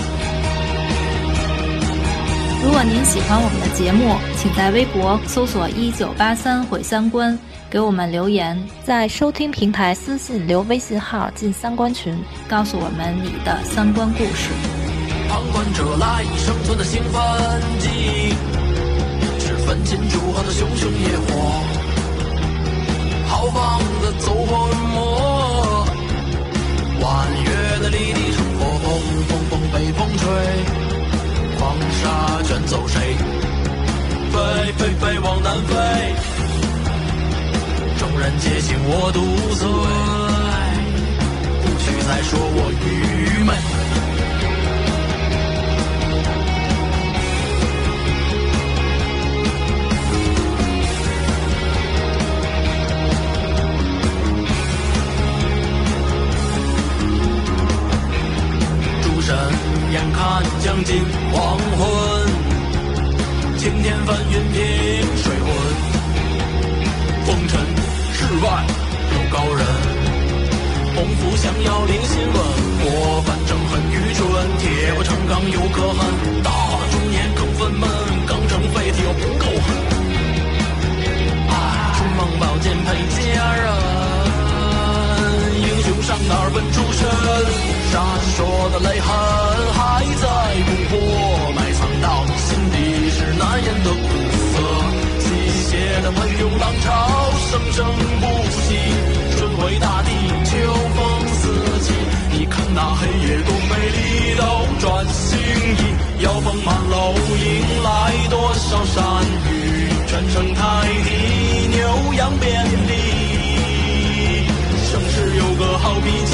如果您喜欢我们的节目，请在微博搜索一九八三毁三观，给我们留言，在收听平台私信留微信号进三观群，告诉我们你的三观故事。 旁观者来以生存的兴奋记忆，是焚尽烛火的熊熊野火，豪放的走火入魔，弯月的离地成火，风风风被风吹，黄沙卷走谁？飞飞飞往南飞，众人皆醒我独醉，不许再说我愚昧。诸神眼看将近黄昏，青天翻云平水浑，风尘世外有高人，鸿福想要领新闻，我反正很愚蠢，铁不成钢有可恨，到了中年更愤懑，刚正废铁又不够狠，冲锋宝剑配佳人，英雄上哪儿问出身，闪烁的泪痕还在不破，埋藏到心底是难言的苦涩，机械潮生生不息，春回大地，秋风四起。你看那黑夜多美丽，斗转星移，摇风满楼，迎来多少山雨，全城太地，牛羊遍地，城市有个好脾气。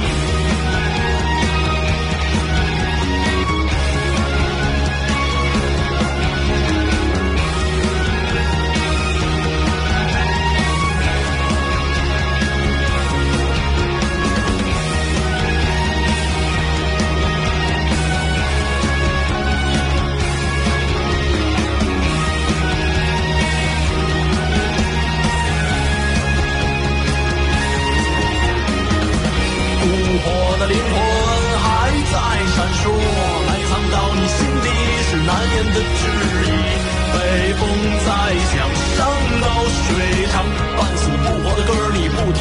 我的灵魂还在闪烁，埋藏到你心底是难言的质疑。北风在响，山高水长，半死不活的歌你不